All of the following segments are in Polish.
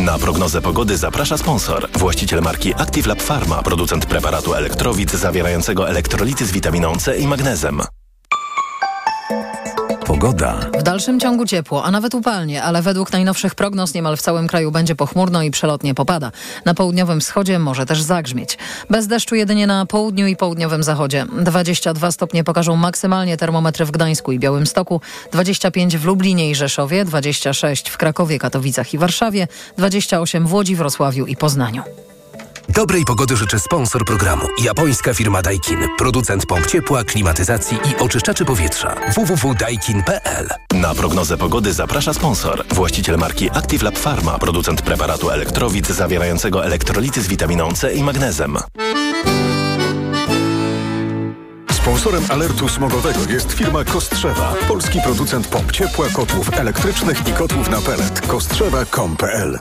Na prognozę pogody zaprasza sponsor. Właściciel marki Active Lab Pharma, producent preparatu Elektrowid zawierającego elektrolity z witaminą C i magnezem. Pogoda. W dalszym ciągu ciepło, a nawet upalnie, ale według najnowszych prognoz niemal w całym kraju będzie pochmurno i przelotnie popada. Na południowym wschodzie może też zagrzmieć. Bez deszczu jedynie na południu i południowym zachodzie. 22 stopnie pokażą maksymalnie termometry w Gdańsku i Białymstoku, 25 w Lublinie i Rzeszowie, 26 w Krakowie, Katowicach i Warszawie, 28 w Łodzi, Wrocławiu i Poznaniu. Dobrej pogody życzy sponsor programu. Japońska firma Daikin. Producent pomp ciepła, klimatyzacji i oczyszczaczy powietrza. www.daikin.pl. Na prognozę pogody zaprasza sponsor. Właściciel marki Active Lab Pharma, producent preparatu Elektrowid zawierającego elektrolity z witaminą C i magnezem. Sponsorem alertu smogowego jest firma Kostrzewa, polski producent pomp ciepła, kotłów elektrycznych i kotłów na pelet. kostrzewa.com.pl.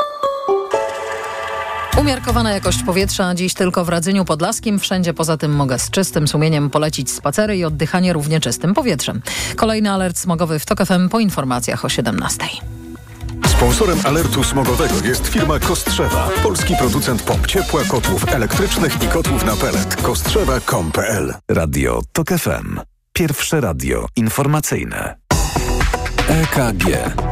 Umiarkowana jakość powietrza dziś tylko w Radzyniu Podlaskim. Wszędzie poza tym mogę z czystym sumieniem polecić spacery i oddychanie równie czystym powietrzem. Kolejny alert smogowy w TOK FM po informacjach o 17. Sponsorem alertu smogowego jest firma Kostrzewa, polski producent pomp ciepła, kotłów elektrycznych i kotłów na pelet. kostrzewa.com.pl. Radio TOK FM. Pierwsze radio informacyjne. EKG.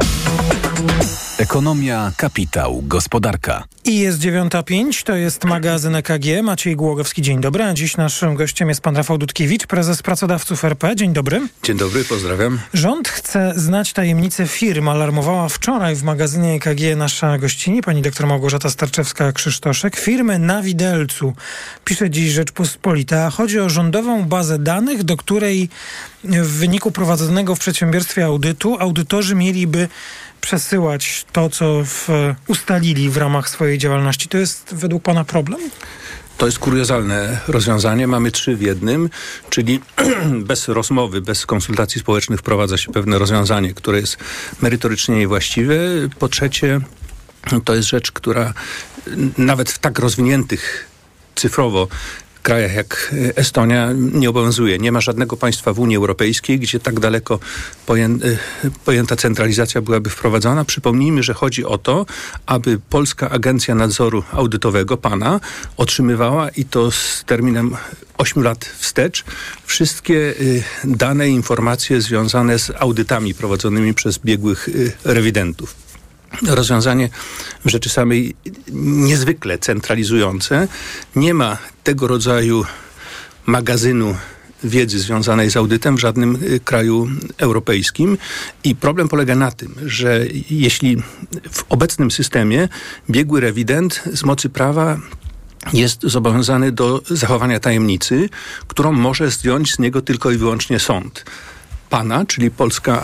Ekonomia, kapitał, gospodarka. I jest 9:05, to jest magazyn EKG. Maciej Głogowski, dzień dobry. A dziś naszym gościem jest pan Rafał Dudkiewicz, prezes Pracodawców RP. Dzień dobry. Dzień dobry, pozdrawiam. Rząd chce znać tajemnice firm, alarmowała wczoraj w magazynie EKG nasza gościni, pani doktor Małgorzata Starczewska-Krzysztoszek. Firmy na widelcu, pisze dziś Rzeczpospolita. Chodzi o rządową bazę danych, do której w wyniku prowadzonego w przedsiębiorstwie audytu audytorzy mieliby przesyłać to, co ustalili w ramach swojej działalności. To jest według pana problem? To jest kuriozalne rozwiązanie. Mamy 3 w jednym, czyli bez rozmowy, bez konsultacji społecznych wprowadza się pewne rozwiązanie, które jest merytorycznie niewłaściwe. Po trzecie, to jest rzecz, która nawet w tak rozwiniętych cyfrowo krajach jak Estonia nie obowiązuje. Nie ma żadnego państwa w Unii Europejskiej, gdzie tak daleko pojęta centralizacja byłaby wprowadzona. Przypomnijmy, że chodzi o to, aby Polska Agencja Nadzoru Audytowego, PANA, otrzymywała, i to z terminem 8 lat wstecz, wszystkie dane i informacje związane z audytami prowadzonymi przez biegłych rewidentów. Rozwiązanie w rzeczy samej niezwykle centralizujące. Nie ma tego rodzaju magazynu wiedzy związanej z audytem w żadnym kraju europejskim i problem polega na tym, że jeśli w obecnym systemie biegły rewident z mocy prawa jest zobowiązany do zachowania tajemnicy, którą może zdjąć z niego tylko i wyłącznie sąd. PANA, czyli Polska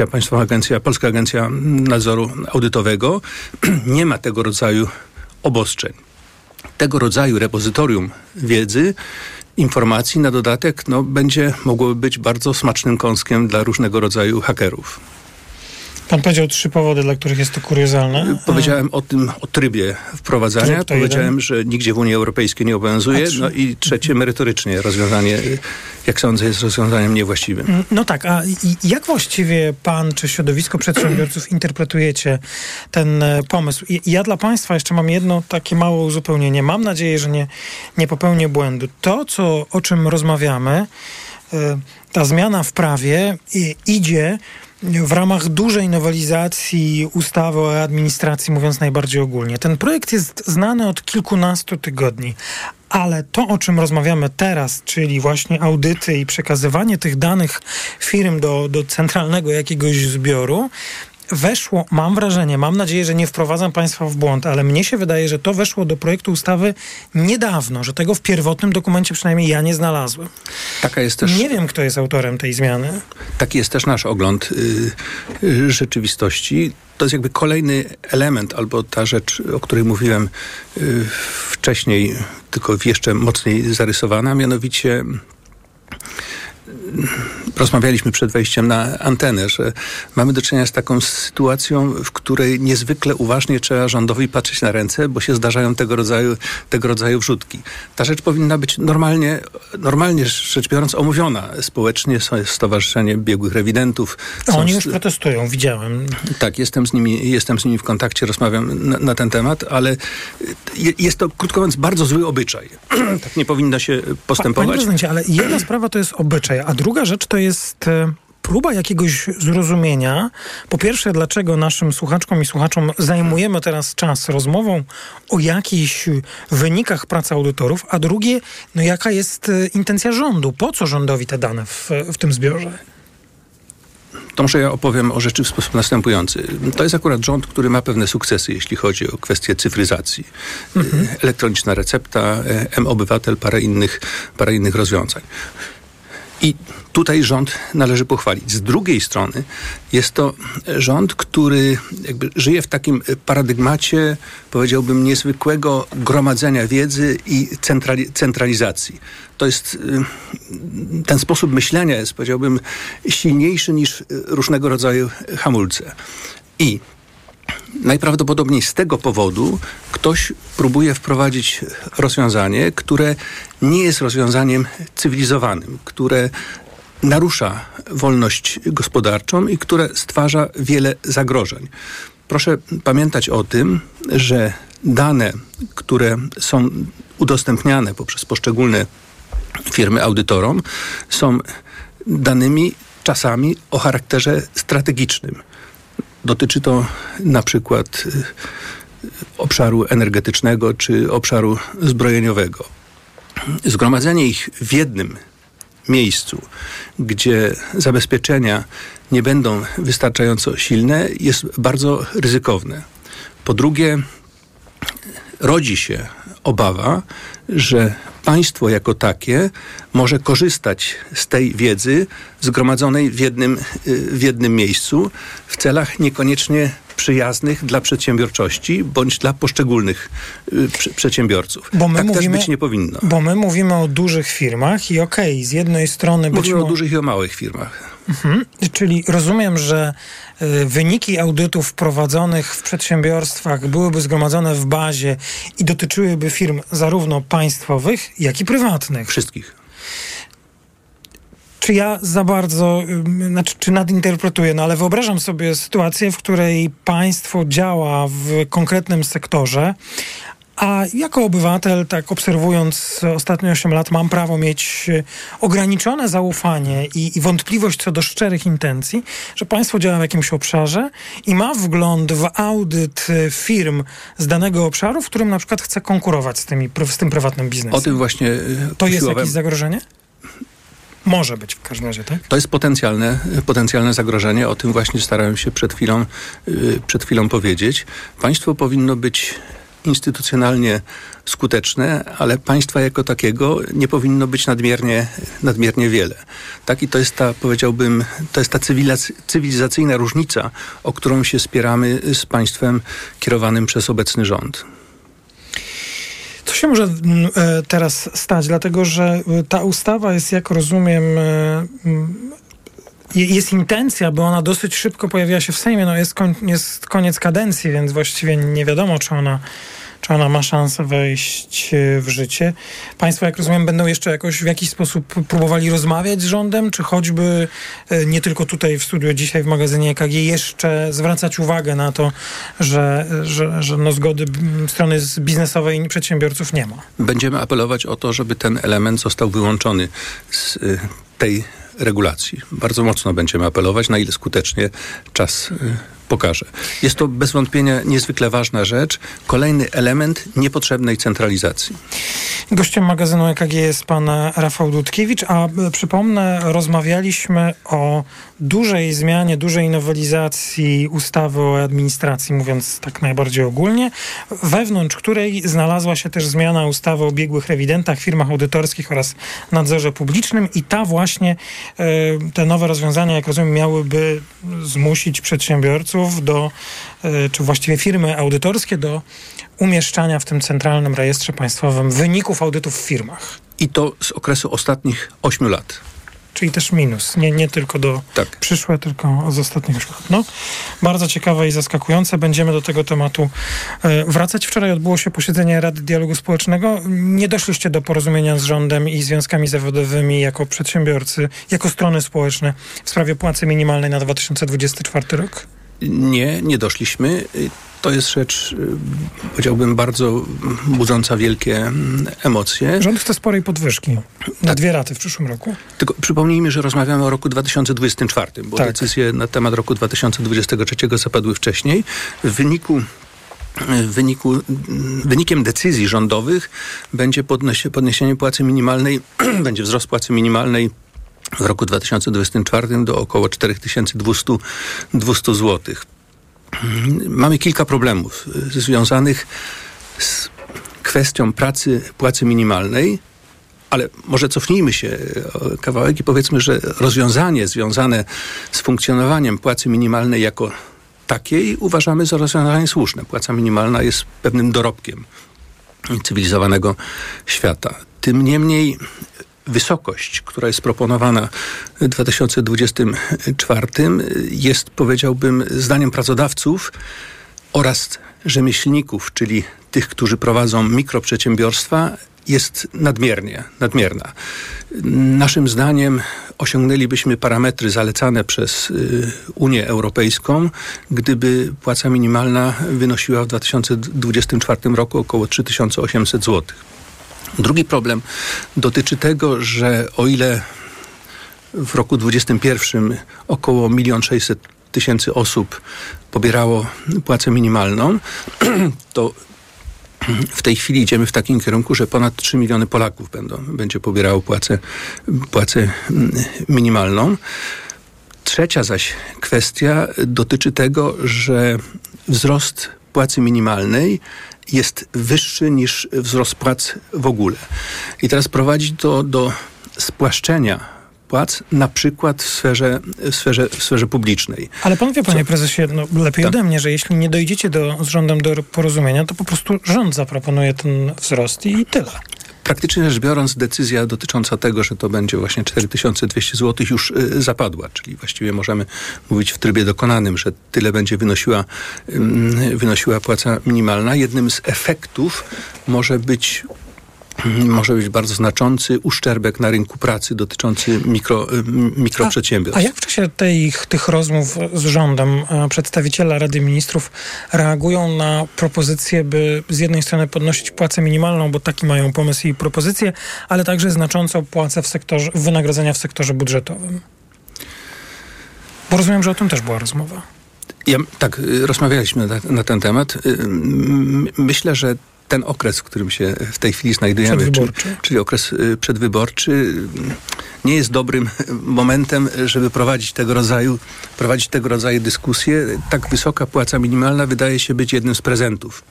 Agencja Nadzoru Audytowego, nie ma tego rodzaju obostrzeń. Tego rodzaju repozytorium wiedzy, informacji na dodatek mogłoby być bardzo smacznym kąskiem dla różnego rodzaju hakerów. Pan powiedział 3 powody, dla których jest to kuriozalne. Powiedziałem o trybie wprowadzania. Powiedziałem, że nigdzie w Unii Europejskiej nie obowiązuje. No i trzecie, merytorycznie rozwiązanie, jak sądzę, jest rozwiązaniem niewłaściwym. No tak, a jak właściwie pan czy środowisko przedsiębiorców interpretujecie ten pomysł? Ja dla państwa jeszcze mam jedno takie małe uzupełnienie. Mam nadzieję, że nie popełnię błędu. To, o czym rozmawiamy, ta zmiana w prawie idzie w ramach dużej nowelizacji ustawy o administracji, mówiąc najbardziej ogólnie. Ten projekt jest znany od kilkunastu tygodni, ale to, o czym rozmawiamy teraz, czyli właśnie audyty i przekazywanie tych danych firm do centralnego jakiegoś zbioru, weszło, mam wrażenie, mam nadzieję, że nie wprowadzam państwa w błąd, ale mnie się wydaje, że to weszło do projektu ustawy niedawno, że tego w pierwotnym dokumencie przynajmniej ja nie znalazłem. Taka jest też... Nie wiem, kto jest autorem tej zmiany. Taki jest też nasz ogląd rzeczywistości. To jest jakby kolejny element, albo ta rzecz, o której mówiłem wcześniej, tylko jeszcze mocniej zarysowana, mianowicie rozmawialiśmy przed wejściem na antenę, że mamy do czynienia z taką sytuacją, w której niezwykle uważnie trzeba rządowi patrzeć na ręce, bo się zdarzają tego rodzaju wrzutki. Ta rzecz powinna być normalnie rzecz biorąc omówiona społecznie. Jest Stowarzyszenie Biegłych Rewidentów. Oni już protestują, widziałem. Tak, jestem z nimi w kontakcie, rozmawiam na ten temat, ale jest to, krótko mówiąc, bardzo zły obyczaj. Tak nie powinno się postępować. Panie prezydencie, ale jedna sprawa to jest obyczaj, a druga rzecz to jest próba jakiegoś zrozumienia. Po pierwsze, dlaczego naszym słuchaczkom i słuchaczom zajmujemy teraz czas rozmową o jakichś wynikach pracy audytorów, a drugie, jaka jest intencja rządu? Po co rządowi te dane w tym zbiorze? To może ja opowiem o rzeczy w sposób następujący. To jest akurat rząd, który ma pewne sukcesy, jeśli chodzi o kwestię cyfryzacji. Elektroniczna recepta, M-Obywatel, parę innych rozwiązań. I tutaj rząd należy pochwalić. Z drugiej strony jest to rząd, który jakby żyje w takim paradygmacie, powiedziałbym, niezwykłego gromadzenia wiedzy i centralizacji. To jest, ten sposób myślenia jest, powiedziałbym, silniejszy niż różnego rodzaju hamulce. I najprawdopodobniej z tego powodu ktoś próbuje wprowadzić rozwiązanie, które nie jest rozwiązaniem cywilizowanym, które narusza wolność gospodarczą i które stwarza wiele zagrożeń. Proszę pamiętać o tym, że dane, które są udostępniane poprzez poszczególne firmy audytorom, są danymi czasami o charakterze strategicznym. Dotyczy to na przykład obszaru energetycznego czy obszaru zbrojeniowego. Zgromadzenie ich w jednym miejscu, gdzie zabezpieczenia nie będą wystarczająco silne, jest bardzo ryzykowne. Po drugie, rodzi się obawa, że państwo jako takie może korzystać z tej wiedzy zgromadzonej w jednym miejscu w celach niekoniecznie przyjaznych dla przedsiębiorczości bądź dla poszczególnych przedsiębiorców. Tak też być nie powinno. Bo my mówimy o dużych firmach i z jednej strony... Mówimy o dużych i o małych firmach. Czyli rozumiem, że wyniki audytów prowadzonych w przedsiębiorstwach byłyby zgromadzone w bazie i dotyczyłyby firm zarówno państwowych, jak i prywatnych. Wszystkich. Czy ja za bardzo, czy nadinterpretuję, ale wyobrażam sobie sytuację, w której państwo działa w konkretnym sektorze, a jako obywatel, tak obserwując ostatnie 8 lat, mam prawo mieć ograniczone zaufanie i wątpliwość co do szczerych intencji, że państwo działa w jakimś obszarze i ma wgląd w audyt firm z danego obszaru, w którym na przykład chce konkurować z tym prywatnym biznesem. O tym właśnie to jest jakieś zagrożenie? Może być w każdym razie, tak? To jest potencjalne zagrożenie. O tym właśnie starałem się przed chwilą powiedzieć. Państwo powinno być instytucjonalnie skuteczne, ale państwa jako takiego nie powinno być nadmiernie wiele. Tak? I to jest ta cywilizacyjna różnica, o którą się spieramy z państwem kierowanym przez obecny rząd. Co się może teraz stać? Dlatego, że ta ustawa jest, jak rozumiem, jest intencja, by ona dosyć szybko pojawiła się w Sejmie. Jest koniec kadencji, więc właściwie nie wiadomo, czy ona ma szansę wejść w życie. Państwo, jak rozumiem, będą jeszcze w jakiś sposób próbowali rozmawiać z rządem, czy choćby nie tylko tutaj w studiu dzisiaj w magazynie EKG jeszcze zwracać uwagę na to, że zgody strony biznesowej i przedsiębiorców nie ma. Będziemy apelować o to, żeby ten element został wyłączony z tej regulacji. Bardzo mocno będziemy apelować, na ile skutecznie czas pokaże. Jest to bez wątpienia niezwykle ważna rzecz. Kolejny element niepotrzebnej centralizacji. Gościem magazynu EKG jest pan Rafał Dudkiewicz, a przypomnę, rozmawialiśmy o dużej zmianie, dużej nowelizacji ustawy o administracji, mówiąc tak najbardziej ogólnie, wewnątrz której znalazła się też zmiana ustawy o biegłych rewidentach, firmach audytorskich oraz nadzorze publicznym i te nowe rozwiązania, jak rozumiem, miałyby zmusić przedsiębiorców czy właściwie firmy audytorskie do umieszczania w tym centralnym rejestrze państwowym wyników audytów w firmach. I to z okresu ostatnich 8 lat. czyli też minus. Nie tylko do przyszłe, tylko z ostatniego roku. No, bardzo ciekawe i zaskakujące. Będziemy do tego tematu wracać. Wczoraj odbyło się posiedzenie Rady Dialogu Społecznego. Nie doszliście do porozumienia z rządem i związkami zawodowymi jako przedsiębiorcy, jako strony społeczne w sprawie płacy minimalnej na 2024 rok? Nie doszliśmy. To jest rzecz, powiedziałbym, bardzo budząca wielkie emocje. Rząd chce sporej podwyżki na 2 raty w przyszłym roku. Tylko przypomnijmy, że rozmawiamy o roku 2024, bo decyzje na temat roku 2023 zapadły wcześniej. Wynikiem decyzji rządowych będzie podniesienie płacy minimalnej, będzie wzrost płacy minimalnej w roku 2024 do około 4200 zł. Mamy kilka problemów związanych z kwestią płacy minimalnej, ale może cofnijmy się kawałek i powiedzmy, że rozwiązanie związane z funkcjonowaniem płacy minimalnej jako takiej uważamy za rozwiązanie słuszne. Płaca minimalna jest pewnym dorobkiem cywilizowanego świata. Tym niemniej wysokość, która jest proponowana w 2024 jest, powiedziałbym, zdaniem pracodawców oraz rzemieślników, czyli tych, którzy prowadzą mikroprzedsiębiorstwa, jest nadmierna. Naszym zdaniem osiągnęlibyśmy parametry zalecane przez Unię Europejską, gdyby płaca minimalna wynosiła w 2024 roku około 3800 zł. Drugi problem dotyczy tego, że o ile w roku 2021 około 1 600 000 osób pobierało płacę minimalną, to w tej chwili idziemy w takim kierunku, że ponad 3 miliony Polaków będzie pobierało płacę minimalną. Trzecia zaś kwestia dotyczy tego, że wzrost płacy minimalnej jest wyższy niż wzrost płac w ogóle. I teraz prowadzi to do spłaszczenia płac, na przykład w sferze publicznej. Ale pan wie, panie prezesie, lepiej ode mnie, że jeśli nie dojdziecie z rządem do porozumienia, to po prostu rząd zaproponuje ten wzrost i tyle. Praktycznie rzecz biorąc, decyzja dotycząca tego, że to będzie właśnie 4200 zł już zapadła, czyli właściwie możemy mówić w trybie dokonanym, że tyle będzie wynosiła płaca minimalna. Jednym z efektów może być bardzo znaczący uszczerbek na rynku pracy dotyczący mikroprzedsiębiorstw. A jak w czasie tych rozmów z rządem przedstawiciele Rady Ministrów reagują na propozycję, by z jednej strony podnosić płacę minimalną, bo taki mają pomysł i propozycje, ale także znaczącą płacę wynagrodzenia w sektorze budżetowym? Bo rozumiem, że o tym też była rozmowa. Rozmawialiśmy na ten temat. Myślę, że ten okres, w którym się w tej chwili znajdujemy, czyli okres przedwyborczy, nie jest dobrym momentem, żeby prowadzić tego rodzaju dyskusje. Tak wysoka płaca minimalna wydaje się być jednym z prezentów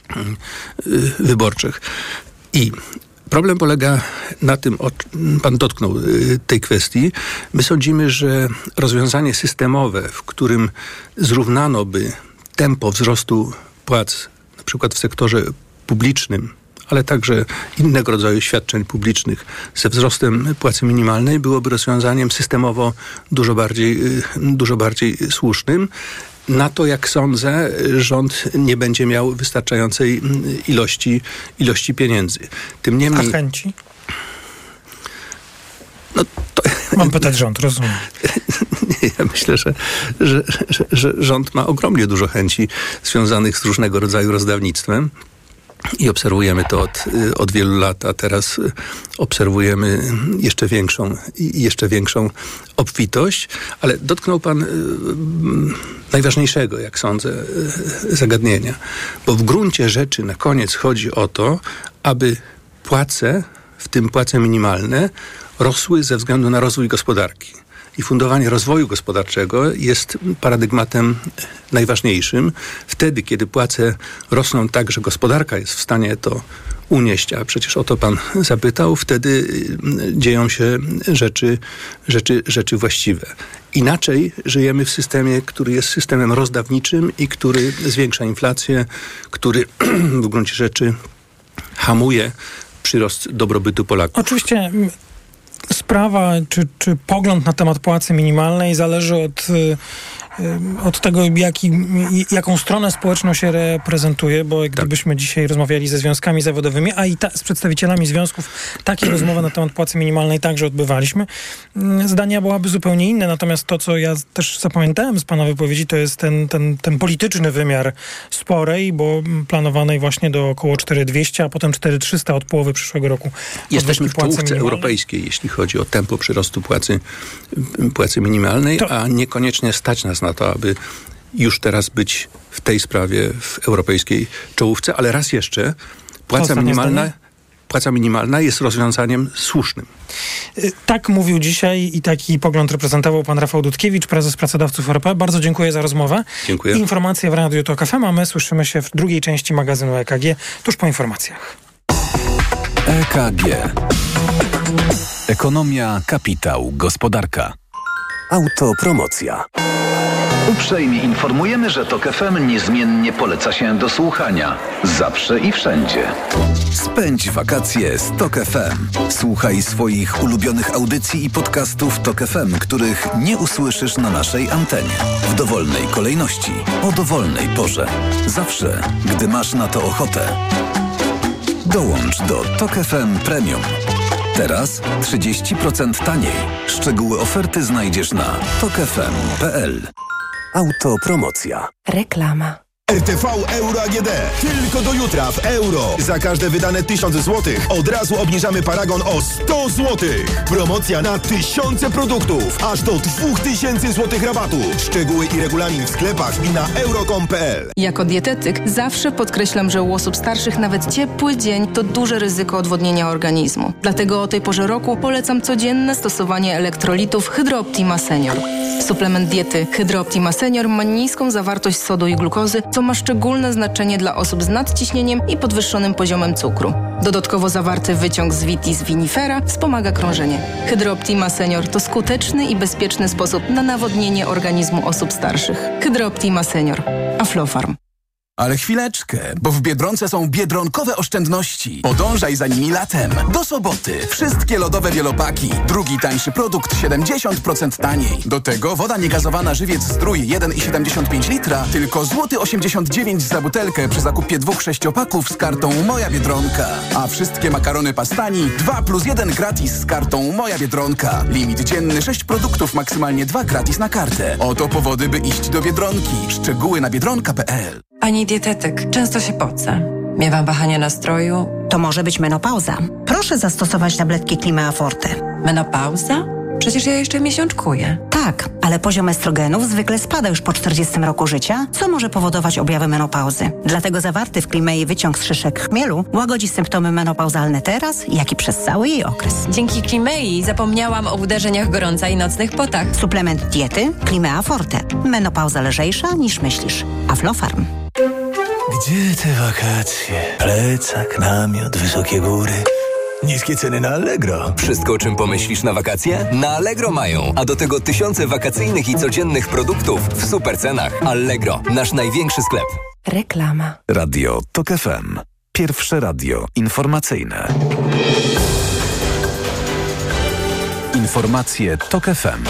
wyborczych. I problem polega na tym, pan dotknął tej kwestii. My sądzimy, że rozwiązanie systemowe, w którym zrównano by tempo wzrostu płac, na przykład w sektorze publicznym, ale także innego rodzaju świadczeń publicznych ze wzrostem płacy minimalnej, byłoby rozwiązaniem systemowo dużo bardziej słusznym. Na to, jak sądzę, rząd nie będzie miał wystarczającej ilości pieniędzy. Tym niemniej... A chęci? Mam pytać rząd, rozumiem. Ja myślę, że rząd ma ogromnie dużo chęci związanych z różnego rodzaju rozdawnictwem. I obserwujemy to od wielu lat, a teraz obserwujemy jeszcze większą obfitość. Ale dotknął pan najważniejszego, jak sądzę, zagadnienia. Bo w gruncie rzeczy na koniec chodzi o to, aby płace, w tym płace minimalne, rosły ze względu na rozwój gospodarki. I fundowanie rozwoju gospodarczego jest paradygmatem najważniejszym. Wtedy, kiedy płace rosną tak, że gospodarka jest w stanie to unieść, a przecież o to pan zapytał, wtedy dzieją się rzeczy właściwe. Inaczej żyjemy w systemie, który jest systemem rozdawniczym i który zwiększa inflację, który w gruncie rzeczy hamuje przyrost dobrobytu Polaków. Oczywiście sprawa, czy pogląd na temat płacy minimalnej zależy od tego, jaką stronę społeczną się reprezentuje, bo gdybyśmy dzisiaj rozmawiali ze związkami zawodowymi, a i z przedstawicielami związków takie rozmowy na temat płacy minimalnej także odbywaliśmy, zdania byłaby zupełnie inne. Natomiast to, co ja też zapamiętałem z pana wypowiedzi, to jest ten polityczny wymiar sporej, bo planowanej właśnie do około 4200, a potem 4300 od połowy przyszłego roku. Jesteśmy w czołówce europejskiej, jeśli chodzi o tempo przyrostu płacy minimalnej, a niekoniecznie stać nas na to, aby już teraz być w tej sprawie w europejskiej czołówce, ale raz jeszcze płaca minimalna jest rozwiązaniem słusznym. Tak mówił dzisiaj i taki pogląd reprezentował pan Rafał Dudkiewicz, prezes Pracodawców RP. Bardzo dziękuję za rozmowę. Dziękuję. Informacje w Radiu TOK FM, a my słyszymy się w drugiej części magazynu EKG tuż po informacjach. EKG. Ekonomia, kapitał, gospodarka. Autopromocja. Uprzejmie informujemy, że TOK FM niezmiennie poleca się do słuchania. Zawsze i wszędzie. Spędź wakacje z TOK FM. Słuchaj swoich ulubionych audycji i podcastów TOK FM, których nie usłyszysz na naszej antenie. W dowolnej kolejności, o dowolnej porze. Zawsze, gdy masz na to ochotę. Dołącz do TOK FM Premium. Teraz 30% taniej. Szczegóły oferty znajdziesz na tokfm.pl. Autopromocja. Reklama. RTV Euro AGD. Tylko do jutra w euro. Za każde wydane 1000 zł od razu obniżamy paragon o 100 zł. Promocja na tysiące produktów. Aż do 2000 zł rabatu. Szczegóły i regulamin w sklepach i na euro.com.pl. Jako dietetyk zawsze podkreślam, że u osób starszych nawet ciepły dzień to duże ryzyko odwodnienia organizmu. Dlatego o tej porze roku polecam codzienne stosowanie elektrolitów Hydro Optima Senior. Suplement diety Hydro Optima Senior ma niską zawartość sodu i glukozy, co ma szczególne znaczenie dla osób z nadciśnieniem i podwyższonym poziomem cukru. Dodatkowo zawarty wyciąg z Vitis vinifera wspomaga krążenie. Hydro Optima Senior to skuteczny i bezpieczny sposób na nawodnienie organizmu osób starszych. Hydro Optima Senior. Aflofarm. Ale chwileczkę, bo w Biedronce są biedronkowe oszczędności. Podążaj za nimi latem. Do soboty. Wszystkie lodowe wielopaki. Drugi tańszy produkt 70% taniej. Do tego woda niegazowana Żywiec Zdrój 1,75 litra tylko złoty 89 za butelkę przy zakupie 2 sześciopaków z kartą Moja Biedronka. A wszystkie makarony Pastani 2+1 gratis z kartą Moja Biedronka. Limit dzienny 6 produktów, maksymalnie 2 gratis na kartę. Oto powody, by iść do Biedronki. Szczegóły na biedronka.pl. Pani dietetyk, często się pocę. Miewam wahania nastroju. To może być menopauza. Proszę zastosować tabletki Climea Forte. Menopauza? Przecież ja jeszcze miesiączkuję. Tak, ale poziom estrogenów zwykle spada już po 40 roku życia, co może powodować objawy menopauzy. Dlatego zawarty w Climei wyciąg z szyszek chmielu łagodzi symptomy menopauzalne teraz, jak i przez cały jej okres. Dzięki Climei zapomniałam o uderzeniach gorąca i nocnych potach. Suplement diety Climea Forte. Menopauza lżejsza niż myślisz. Aflofarm. Gdzie te wakacje? Plecak, namiot, wysokie góry. Niskie ceny na Allegro. Wszystko, o czym pomyślisz na wakacje? Na Allegro mają. A do tego tysiące wakacyjnych i codziennych produktów w super cenach. Allegro, nasz największy sklep. Reklama. Radio TOK FM. Pierwsze radio informacyjne. Informacje TOK FM.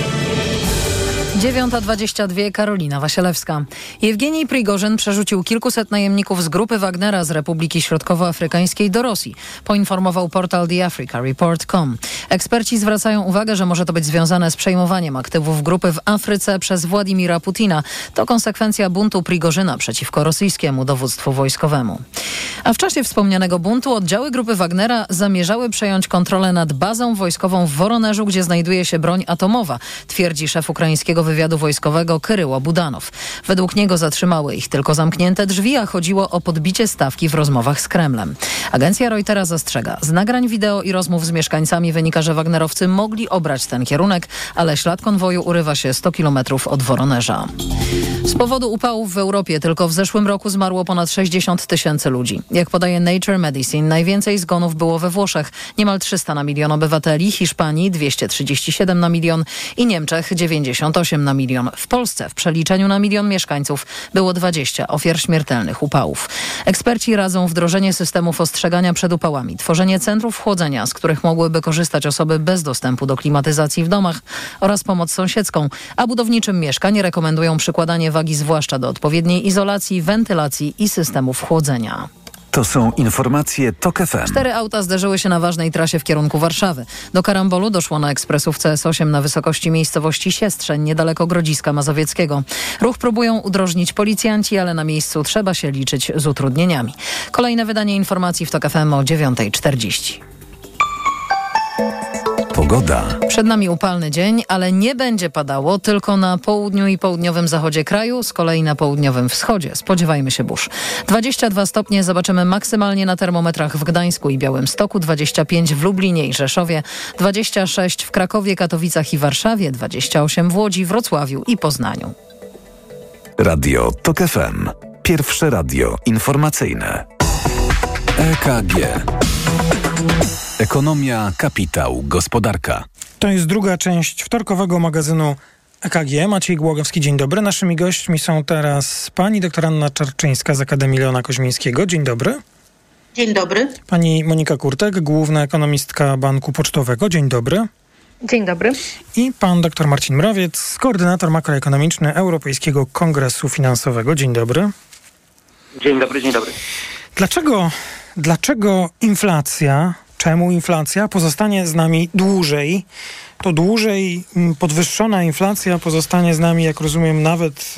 9:22, Karolina Wasielewska. Jewgenij Prigorzyn przerzucił kilkuset najemników z grupy Wagnera z Republiki Środkowoafrykańskiej do Rosji, poinformował portal TheAfricaReport.com. Eksperci zwracają uwagę, że może to być związane z przejmowaniem aktywów grupy w Afryce przez Władimira Putina. To konsekwencja buntu Prigorzyna przeciwko rosyjskiemu dowództwu wojskowemu. A w czasie wspomnianego buntu oddziały grupy Wagnera zamierzały przejąć kontrolę nad bazą wojskową w Woronerzu, gdzie znajduje się broń atomowa, twierdzi szef ukraińskiego wywiadu wojskowego Kyryło Budanow. Według niego zatrzymały ich tylko zamknięte drzwi, a chodziło o podbicie stawki w rozmowach z Kremlem. Agencja Reutera zastrzega. Z nagrań wideo i rozmów z mieszkańcami wynika, że wagnerowcy mogli obrać ten kierunek, ale ślad konwoju urywa się 100 kilometrów od Woronerza. Z powodu upałów w Europie tylko w zeszłym roku zmarło ponad 60 000 ludzi. Jak podaje Nature Medicine, najwięcej zgonów było we Włoszech, niemal 300 na milion obywateli, Hiszpanii 237 na milion i Niemczech 98 na milion. W Polsce w przeliczeniu na milion mieszkańców było 20 ofiar śmiertelnych upałów. Eksperci radzą wdrożenie systemów ostrzegania przed upałami, tworzenie centrów chłodzenia, z których mogłyby korzystać osoby bez dostępu do klimatyzacji w domach oraz pomoc sąsiedzką, a budowniczym mieszkań rekomendują przykładanie wagi zwłaszcza do odpowiedniej izolacji, wentylacji i systemów chłodzenia. To są informacje TOK FM. 4 auta zderzyły się na ważnej trasie w kierunku Warszawy. Do karambolu doszło na ekspresówce S8 na wysokości miejscowości Siestrzeń, niedaleko Grodziska Mazowieckiego. Ruch próbują udrożnić policjanci, ale na miejscu trzeba się liczyć z utrudnieniami. Kolejne wydanie informacji w TOK FM o 9:40. Pogoda. Przed nami upalny dzień, ale nie będzie padało tylko na południu i południowym zachodzie kraju, z kolei na południowym wschodzie. Spodziewajmy się burz. 22 stopnie zobaczymy maksymalnie na termometrach w Gdańsku i Białymstoku, 25 w Lublinie i Rzeszowie, 26 w Krakowie, Katowicach i Warszawie, 28 w Łodzi, Wrocławiu i Poznaniu. Radio TOK FM. Pierwsze radio informacyjne. EKG. Ekonomia, kapitał, gospodarka. To jest druga część wtorkowego magazynu EKG. Maciej Głogowski, dzień dobry. Naszymi gośćmi są teraz pani doktor Anna Czarczyńska z Akademii Leona Koźmińskiego. Dzień dobry. Dzień dobry. Pani Monika Kurtek, główna ekonomistka Banku Pocztowego. Dzień dobry. Dzień dobry. I pan dr Marcin Mrowiec, koordynator makroekonomiczny Europejskiego Kongresu Finansowego. Dzień dobry. Dzień dobry, dzień dobry. Dlaczego inflacja, czemu inflacja pozostanie z nami dłużej? To dłużej podwyższona inflacja pozostanie z nami, jak rozumiem, nawet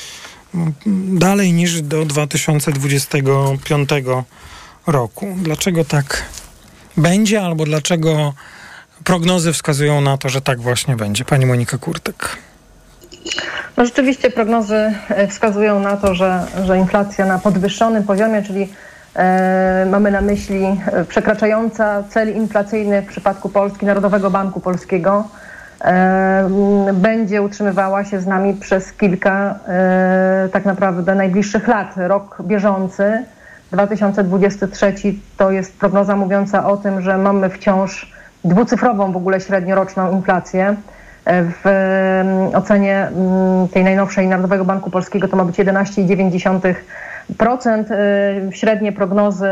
dalej niż do 2025 roku. Dlaczego tak będzie, albo dlaczego prognozy wskazują na to, że tak właśnie będzie? Pani Monika Kurtek. No rzeczywiście prognozy wskazują na to, że inflacja na podwyższonym poziomie, czyli mamy na myśli przekraczająca cel inflacyjny w przypadku Polski, Narodowego Banku Polskiego, będzie utrzymywała się z nami przez kilka tak naprawdę najbliższych lat. Rok bieżący, 2023, to jest prognoza mówiąca o tym, że mamy wciąż dwucyfrową w ogóle średnioroczną inflację. W ocenie tej najnowszej Narodowego Banku Polskiego to ma być 11,9%. Średnie prognozy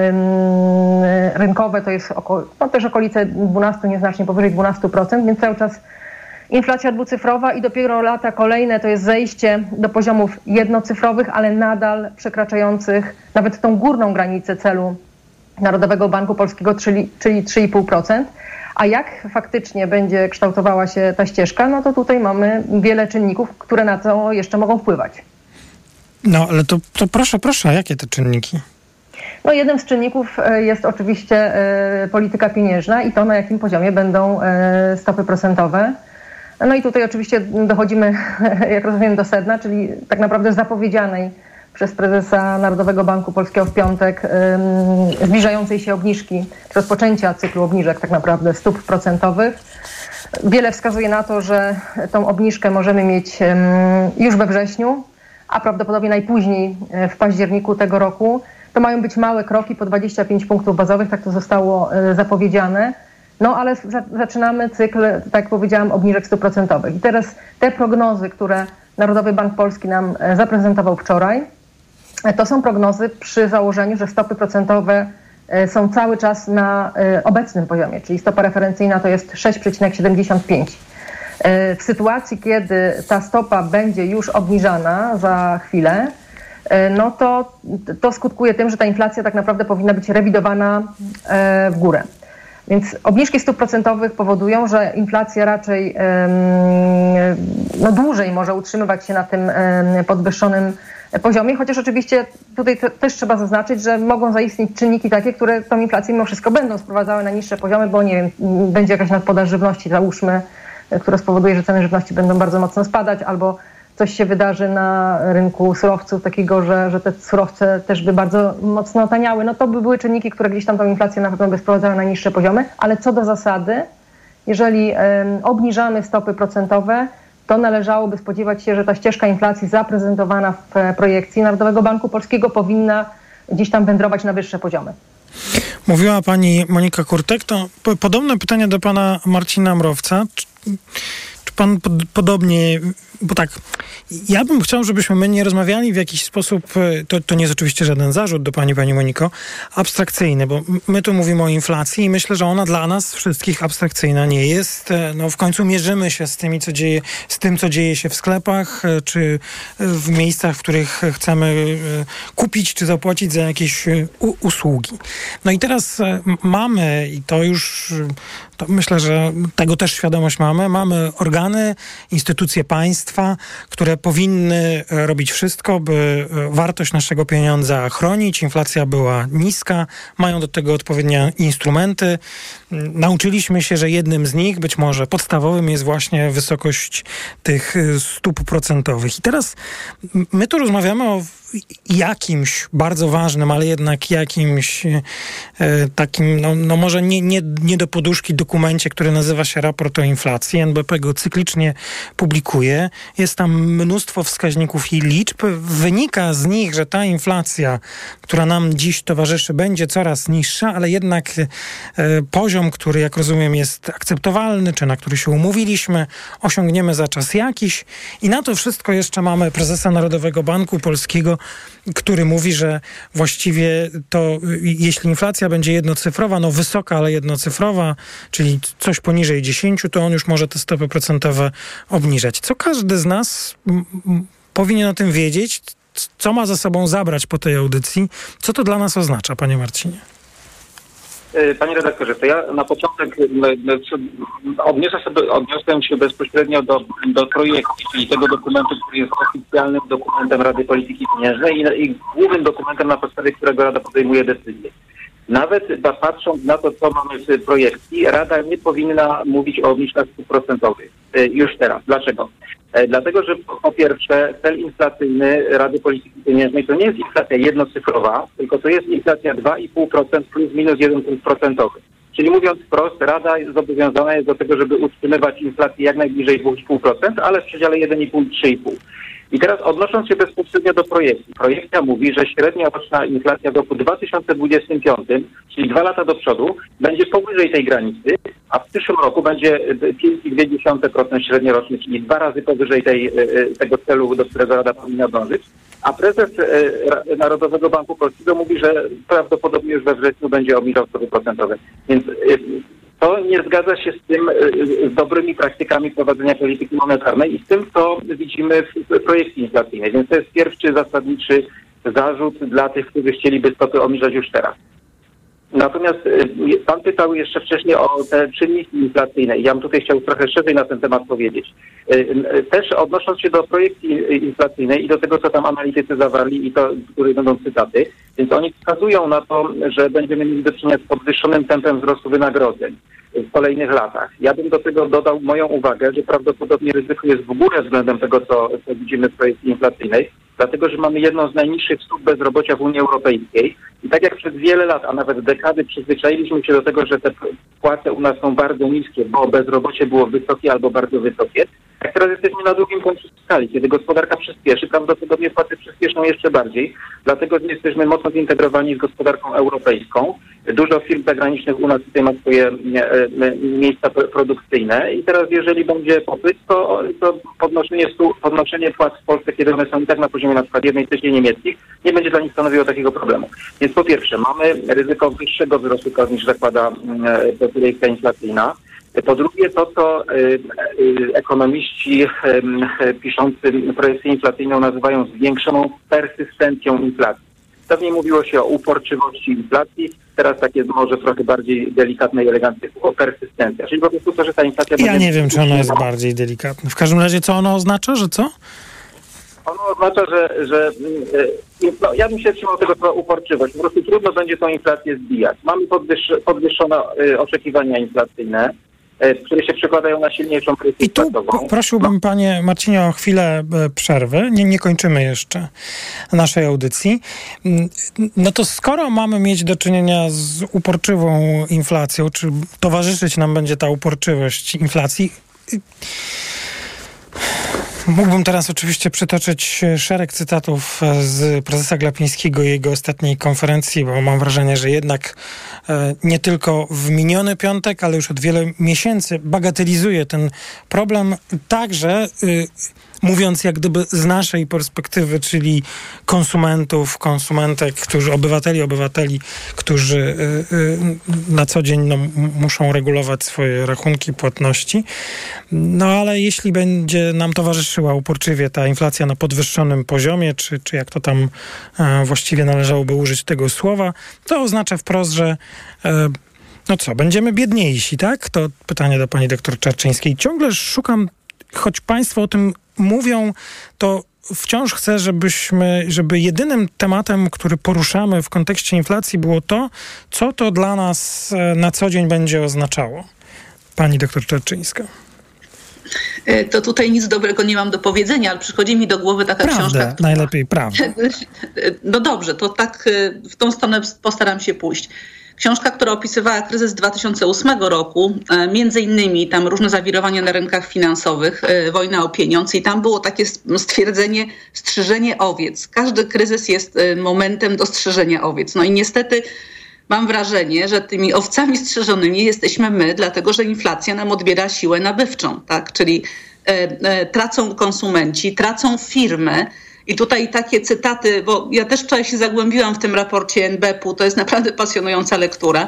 rynkowe to jest też okolice 12, nieznacznie powyżej 12%, więc cały czas inflacja dwucyfrowa i dopiero lata kolejne to jest zejście do poziomów jednocyfrowych, ale nadal przekraczających nawet tą górną granicę celu Narodowego Banku Polskiego, czyli 3,5%. A jak faktycznie będzie kształtowała się ta ścieżka, no to tutaj mamy wiele czynników, które na to jeszcze mogą wpływać. No, ale to proszę, a jakie te czynniki? No, jednym z czynników jest oczywiście polityka pieniężna i to, na jakim poziomie będą stopy procentowe. No i tutaj oczywiście dochodzimy, jak rozumiem, do sedna, czyli tak naprawdę zapowiedzianej przez prezesa Narodowego Banku Polskiego w piątek zbliżającej się obniżki, rozpoczęcia cyklu obniżek tak naprawdę stóp procentowych. Wiele wskazuje na to, że tą obniżkę możemy mieć już we wrześniu, a prawdopodobnie najpóźniej w październiku tego roku. To mają być małe kroki po 25 punktów bazowych, tak to zostało zapowiedziane. No ale zaczynamy cykl, tak jak powiedziałam, obniżek stóp procentowych. I teraz te prognozy, które Narodowy Bank Polski nam zaprezentował wczoraj, to są prognozy przy założeniu, że stopy procentowe są cały czas na obecnym poziomie, czyli stopa referencyjna to jest 6,75. W sytuacji, kiedy ta stopa będzie już obniżana za chwilę, no to skutkuje tym, że ta inflacja tak naprawdę powinna być rewidowana w górę. Więc obniżki stóp procentowych powodują, że inflacja raczej dłużej może utrzymywać się na tym podwyższonym poziomie, chociaż oczywiście tutaj też trzeba zaznaczyć, że mogą zaistnieć czynniki takie, które tą inflację mimo wszystko będą sprowadzały na niższe poziomy, bo nie wiem, będzie jakaś nadpodaż żywności, załóżmy, która spowoduje, że ceny żywności będą bardzo mocno spadać, albo coś się wydarzy na rynku surowców takiego, że te surowce też by bardzo mocno taniały. No to by były czynniki, które gdzieś tam tą inflację na pewno by sprowadzały na niższe poziomy, ale co do zasady, jeżeli obniżamy stopy procentowe, to należałoby spodziewać się, że ta ścieżka inflacji zaprezentowana w projekcji Narodowego Banku Polskiego powinna gdzieś tam wędrować na wyższe poziomy. Mówiła pani Monika Kurtek, to podobne pytanie do pana Marcina Mrowca. Czy pan podobnie, bo tak, ja bym chciał, żebyśmy my nie rozmawiali w jakiś sposób, to nie jest oczywiście żaden zarzut do pani Moniko, abstrakcyjny, bo my tu mówimy o inflacji i myślę, że ona dla nas wszystkich abstrakcyjna nie jest. No w końcu mierzymy się z tym, co dzieje się w sklepach, czy w miejscach, w których chcemy kupić, czy zapłacić za jakieś usługi. No i teraz mamy, i to już, to myślę, że tego też świadomość mamy organy, instytucje państwa, które powinny robić wszystko, by wartość naszego pieniądza chronić, inflacja była niska, mają do tego odpowiednie instrumenty. Nauczyliśmy się, że jednym z nich, być może podstawowym, jest właśnie wysokość tych stóp procentowych. I teraz my tu rozmawiamy o jakimś bardzo ważnym, ale jednak jakimś takim, no może nie do poduszki dokumencie, który nazywa się raport o inflacji. NBP go cyklicznie publikuje. Jest tam mnóstwo wskaźników i liczb. Wynika z nich, że ta inflacja, która nam dziś towarzyszy, będzie coraz niższa, ale jednak poziom, który, jak rozumiem, jest akceptowalny, czy na który się umówiliśmy, osiągniemy za czas jakiś. I na to wszystko jeszcze mamy prezesa Narodowego Banku Polskiego, który mówi, że właściwie to jeśli inflacja będzie jednocyfrowa, no wysoka, ale jednocyfrowa, czyli coś poniżej 10, to on już może te stopy procentowe obniżać. Co każdy z nas powinien o tym wiedzieć, co ma za sobą zabrać po tej audycji, co to dla nas oznacza, panie Marcinie? Panie redaktorze, to ja na początek odniosłem się bezpośrednio do projektu, czyli tego dokumentu, który jest oficjalnym dokumentem Rady Polityki Pieniężnej i głównym dokumentem, na podstawie którego Rada podejmuje decyzje. Nawet patrząc na to, co mamy w projekcji, Rada nie powinna mówić o obniżkach stóp procentowych już teraz. Dlaczego? Dlatego, że po pierwsze cel inflacyjny Rady Polityki Pieniężnej to nie jest inflacja jednocyfrowa, tylko to jest inflacja 2,5% plus minus 1 punkt procentowy. Czyli mówiąc wprost, Rada zobowiązana jest do tego, żeby utrzymywać inflację jak najbliżej 2,5%, ale w przedziale 1,5-3,5%. I teraz odnosząc się bezpośrednio do projekcji. Projekcja mówi, że średnia roczna inflacja w roku 2025, czyli 2 lata do przodu, będzie powyżej tej granicy, a w przyszłym roku będzie 5,2% średnioroczny, czyli 2 razy powyżej tego celu, do którego Rada powinna dążyć. A prezes Narodowego Banku Polskiego mówi, że prawdopodobnie już we wrześniu będzie obniżał stopy procentowe. Więc to nie zgadza się z tym, z dobrymi praktykami prowadzenia polityki monetarnej i z tym, co widzimy w projekcji inflacyjnej. Więc to jest pierwszy zasadniczy zarzut dla tych, którzy chcieliby stopy obniżać już teraz. Natomiast pan pytał jeszcze wcześniej o te czynniki inflacyjne i ja bym tutaj chciał trochę szerzej na ten temat powiedzieć. Też odnosząc się do projekcji inflacyjnej i do tego, co tam analitycy zawarli i to, które będą cytaty, więc oni wskazują na to, że będziemy mieli do czynienia z podwyższonym tempem wzrostu wynagrodzeń w kolejnych latach. Ja bym do tego dodał moją uwagę, że prawdopodobnie ryzyko jest w górę względem tego, co widzimy w projekcji inflacyjnej, dlatego że mamy jedną z najniższych stóp bezrobocia w Unii Europejskiej i tak jak przez wiele lat, a nawet dekady przyzwyczailiśmy się do tego, że te płace u nas są bardzo niskie, bo bezrobocie było wysokie albo bardzo wysokie, tak teraz jesteśmy na drugim końcu skali. Kiedy gospodarka przyspieszy, prawdopodobnie płace przyspieszą jeszcze bardziej, dlatego że jesteśmy mocno zintegrowani z gospodarką europejską. Dużo firm zagranicznych u nas tutaj ma swoje miejsca produkcyjne i teraz jeżeli będzie popyt, to podnoszenie płac w Polsce, kiedy one są i tak na poziomie na przykład 1/3 niemieckich, nie będzie dla nich stanowiło takiego problemu. Więc po pierwsze mamy ryzyko wyższego wzrostu niż zakłada projekcja inflacyjna. Po drugie, to co ekonomiści piszący projekcję inflacyjną nazywają zwiększoną persystencją inflacji. Dawniej mówiło się o uporczywości inflacji, teraz takie może trochę bardziej delikatne i eleganckie słowo persystencja. Czyli po prostu to, że ta inflacja... Ja nie wiem, czy ona jest bardziej delikatna. W każdym razie, co ono oznacza, że co? Ono oznacza, że ja bym się trzymał tego słowa uporczywość. Po prostu trudno będzie tą inflację zbijać. Mamy podwyższone oczekiwania inflacyjne, które się przekładają na silniejszą presję inflacyjną. I tu prosiłbym, panie Marcinie, o chwilę przerwy. Nie kończymy jeszcze naszej audycji. No to skoro mamy mieć do czynienia z uporczywą inflacją, czy towarzyszyć nam będzie ta uporczywość inflacji, Mógłbym teraz oczywiście przytoczyć szereg cytatów z prezesa Glapińskiego i jego ostatniej konferencji, bo mam wrażenie, że jednak nie tylko w miniony piątek, ale już od wielu miesięcy bagatelizuje ten problem, także mówiąc jak gdyby z naszej perspektywy, czyli konsumentów, konsumentek, obywateli, którzy na co dzień muszą regulować swoje rachunki, płatności. No ale jeśli będzie nam towarzyszyła uporczywie ta inflacja na podwyższonym poziomie, czy jak to tam właściwie należałoby użyć tego słowa, to oznacza wprost, że będziemy biedniejsi, tak? To pytanie do pani doktor Czarczyńskiej. Ciągle szukam, choć państwo o tym mówią, to wciąż chcę, żeby jedynym tematem, który poruszamy w kontekście inflacji, było to, co to dla nas na co dzień będzie oznaczało. Pani doktor Czarczyńska. To tutaj nic dobrego nie mam do powiedzenia, ale przychodzi mi do głowy taka książka. Najlepiej prawda. No dobrze, to tak w tą stronę postaram się pójść. Książka, która opisywała kryzys 2008 roku, między innymi tam różne zawirowania na rynkach finansowych, wojna o pieniądz i tam było takie stwierdzenie strzyżenie owiec. Każdy kryzys jest momentem do strzyżenia owiec. No i niestety mam wrażenie, że tymi owcami strzyżonymi jesteśmy my, dlatego że inflacja nam odbiera siłę nabywczą, tak? Czyli tracą konsumenci, tracą firmy. I tutaj takie cytaty, bo ja też wczoraj się zagłębiłam w tym raporcie NBP-u, to jest naprawdę pasjonująca lektura.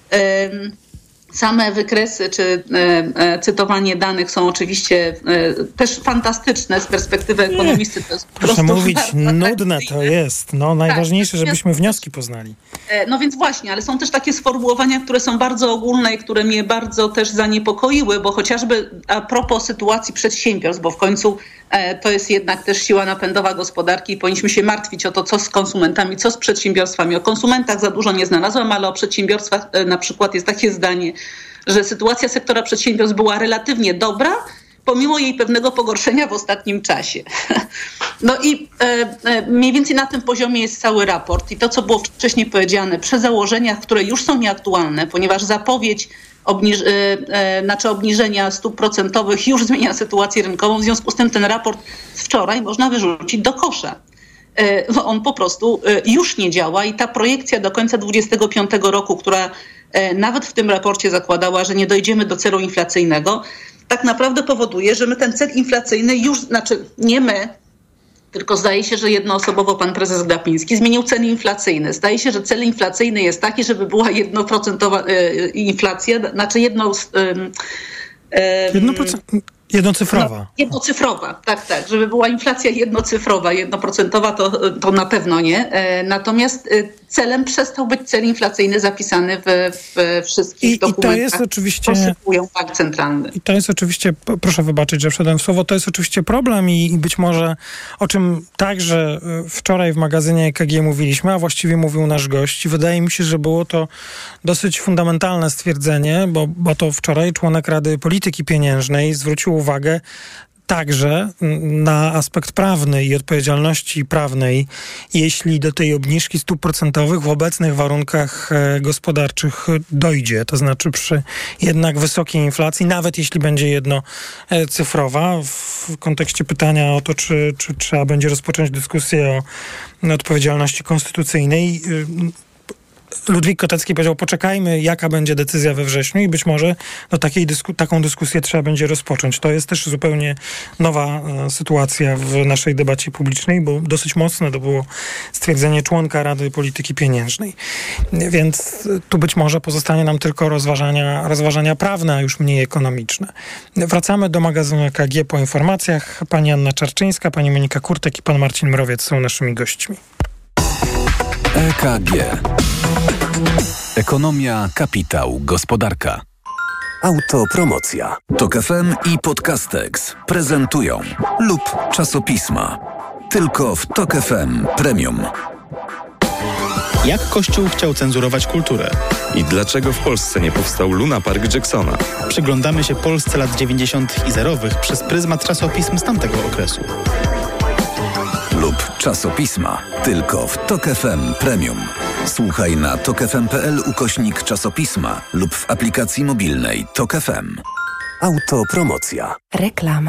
Same wykresy czy cytowanie danych są oczywiście też fantastyczne z perspektywy ekonomisty. To jest proszę mówić, nudne to jest. Najważniejsze, żebyśmy wnioski poznali. No więc właśnie, ale są też takie sformułowania, które są bardzo ogólne i które mnie bardzo też zaniepokoiły, bo chociażby a propos sytuacji przedsiębiorstw, bo w końcu to jest jednak też siła napędowa gospodarki i powinniśmy się martwić o to, co z konsumentami, co z przedsiębiorstwami. O konsumentach za dużo nie znalazłam, ale o przedsiębiorstwach na przykład jest takie zdanie, że sytuacja sektora przedsiębiorstw była relatywnie dobra, pomimo jej pewnego pogorszenia w ostatnim czasie. No i mniej więcej na tym poziomie jest cały raport i to, co było wcześniej powiedziane, przy założeniach, które już są nieaktualne, ponieważ zapowiedź obniżenia stóp procentowych już zmienia sytuację rynkową. W związku z tym ten raport z wczoraj można wyrzucić do kosza. On po prostu już nie działa i ta projekcja do końca 2025 roku, która nawet w tym raporcie zakładała, że nie dojdziemy do celu inflacyjnego, tak naprawdę powoduje, że my ten cel inflacyjny nie my, tylko zdaje się, że jednoosobowo pan prezes Glapiński zmienił cel inflacyjny. Zdaje się, że cel inflacyjny jest taki, żeby była 1% inflacja, jednocyfrowa. Jednocyfrowa, tak. Żeby była inflacja jednocyfrowa, 1%, to na pewno nie. Natomiast celem przestał być cel inflacyjny zapisany w wszystkich dokumentach. I to jest oczywiście bank centralny. I to jest oczywiście, proszę wybaczyć, że wszedłem w słowo, to jest oczywiście problem i być może o czym także wczoraj w magazynie EKG mówiliśmy, a właściwie mówił nasz gość. Wydaje mi się, że było to dosyć fundamentalne stwierdzenie, bo to wczoraj członek Rady Polityki Pieniężnej zwrócił uwagę także na aspekt prawny i odpowiedzialności prawnej, jeśli do tej obniżki stóp procentowych w obecnych warunkach gospodarczych dojdzie. To znaczy przy jednak wysokiej inflacji, nawet jeśli będzie jednocyfrowa. W kontekście pytania o to, czy trzeba będzie rozpocząć dyskusję o odpowiedzialności konstytucyjnej, Ludwik Kotecki powiedział, poczekajmy, jaka będzie decyzja we wrześniu i być może taką dyskusję trzeba będzie rozpocząć. To jest też zupełnie nowa sytuacja w naszej debacie publicznej, bo dosyć mocne to było stwierdzenie członka Rady Polityki Pieniężnej. Więc tu być może pozostanie nam tylko rozważania prawne, a już mniej ekonomiczne. Wracamy do magazynu EKG po informacjach. Pani Anna Czarczyńska, pani Monika Kurtek i pan Marcin Mrowiec są naszymi gośćmi. EKG. Ekonomia, kapitał, gospodarka. Autopromocja. TOK FM i Podcastex prezentują lub czasopisma. Tylko w TOK FM Premium. Jak Kościół chciał cenzurować kulturę? I dlaczego w Polsce nie powstał Luna Park Jacksona? Przyglądamy się Polsce lat 90. i zerowych przez pryzmat czasopism z tamtego okresu. Lub czasopisma. Tylko w TOK FM Premium. Słuchaj na tokfm.pl/czasopisma lub w aplikacji mobilnej TOK FM. Autopromocja. Reklama.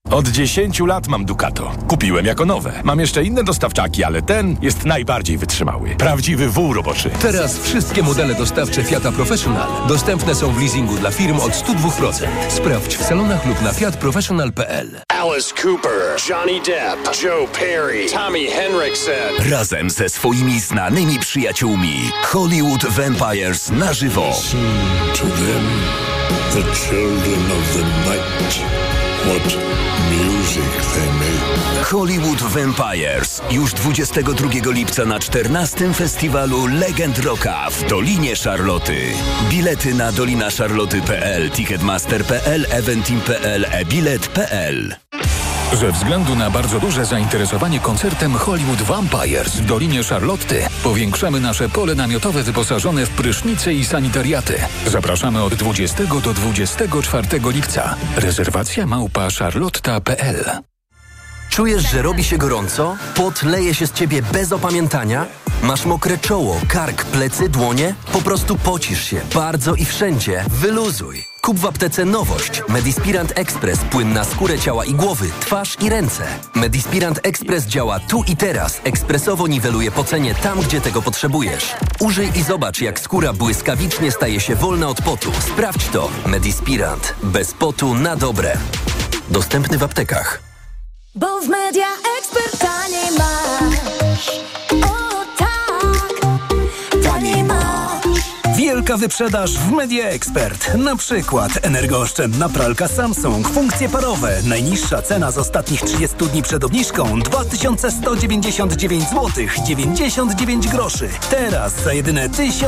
Od 10 lat mam Ducato. Kupiłem jako nowe. Mam jeszcze inne dostawczaki, ale ten jest najbardziej wytrzymały. Prawdziwy wół roboczy. Teraz wszystkie modele dostawcze Fiata Professional dostępne są w leasingu dla firm od 102%. Sprawdź w salonach lub na fiatprofessional.pl. Alice Cooper, Johnny Depp, Joe Perry, Tommy Henriksen. Razem ze swoimi znanymi przyjaciółmi Hollywood Vampires na żywo. Listen to them, the children of the night. What music they make. Hollywood Vampires już 22 lipca na 14. festiwalu Legend Rocka w Dolinie Szarloty. Bilety na dolinaszarloty.pl, ticketmaster.pl, eventim.pl, ebilet.pl. Ze względu na bardzo duże zainteresowanie koncertem Hollywood Vampires w Dolinie Szarlotty powiększamy nasze pole namiotowe wyposażone w prysznice i sanitariaty. Zapraszamy od 20 do 24 lipca. Rezerwacja @charlotta.pl. Czujesz, że robi się gorąco? Pot leje się z ciebie bez opamiętania? Masz mokre czoło, kark, plecy, dłonie? Po prostu pocisz się bardzo i wszędzie. Wyluzuj. Kup w aptece nowość. Medispirant Express. Płyn na skórę ciała i głowy, twarz i ręce. Medispirant Express działa tu i teraz. Ekspresowo niweluje pocenie tam, gdzie tego potrzebujesz. Użyj i zobacz, jak skóra błyskawicznie staje się wolna od potu. Sprawdź to. Medispirant. Bez potu na dobre. Dostępny w aptekach. Bo w Media Expert taniej masz. O tak, taniej masz. Wielka wyprzedaż w Media Expert. Na przykład energooszczędna pralka Samsung, funkcje parowe. Najniższa cena z ostatnich 30 dni przed obniżką 2199 zł 99 groszy. Teraz za jedyne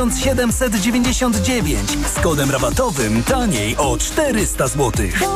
1799 z kodem rabatowym taniej o 400 zł.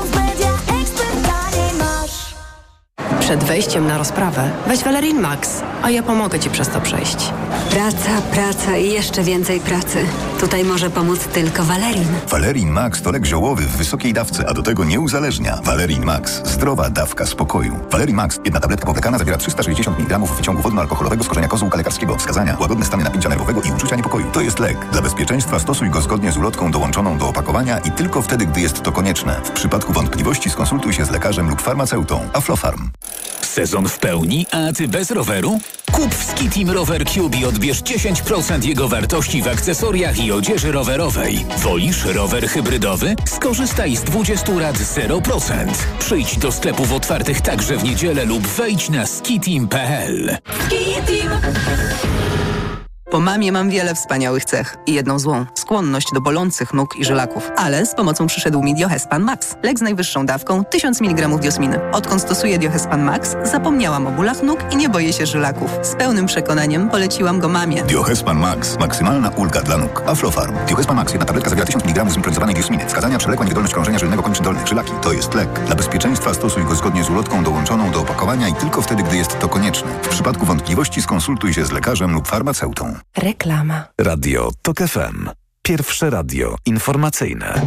Przed wejściem na rozprawę weź Valerin Max, a ja pomogę Ci przez to przejść. Praca i jeszcze więcej pracy. Tutaj może pomóc tylko Valerin. Valerin Max to lek ziołowy w wysokiej dawce, a do tego nie uzależnia. Valerin Max. Zdrowa dawka spokoju. Valerin Max. Jedna tabletka powlekana zawiera 360 mg wyciągu wodno-alkoholowego z korzenia kozłka lekarskiego. Wskazania: łagodne stany napięcia nerwowego i uczucia niepokoju. To jest lek. Dla bezpieczeństwa stosuj go zgodnie z ulotką dołączoną do opakowania i tylko wtedy, gdy jest to konieczne. W przypadku wątpliwości skonsultuj się z lekarzem lub farmaceutą. Aflofarm. Sezon w pełni, a Ty bez roweru? Kup w Skitim Rower Cube i odbierz 10% jego wartości w akcesoriach i odzieży rowerowej. Wolisz rower hybrydowy? Skorzystaj z 20 rat 0%. Przyjdź do sklepów otwartych także w niedzielę lub wejdź na skitim.pl. Skitim! Po mamie mam wiele wspaniałych cech i jedną złą – skłonność do bolących nóg i żylaków. Ale z pomocą przyszedł mi Diohespan Max. Lek z najwyższą dawką 1000 mg diosminy. Odkąd stosuję Diohespan Max, zapomniałam o bólach nóg i nie boję się żylaków. Z pełnym przekonaniem poleciłam go mamie. Diohespan Max. Maksymalna ulga dla nóg. Aflofarm. Diohespan Max. Jedna tabletka zawiera 1000 mg zimpronizowanej diosminy. Wskazania: przewlekła niewydolność krążenia żylnego kończyn dolnych. Żylaki. To jest lek. Dla bezpieczeństwa stosuj go zgodnie z ulotką dołączoną do opakowania i tylko wtedy, gdy jest to konieczne. W przypadku wątpliwości skonsultuj się z lekarzem lub farmaceutą. Reklama. Radio TOK FM. Pierwsze radio informacyjne.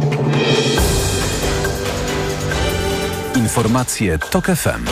Informacje TOK FM.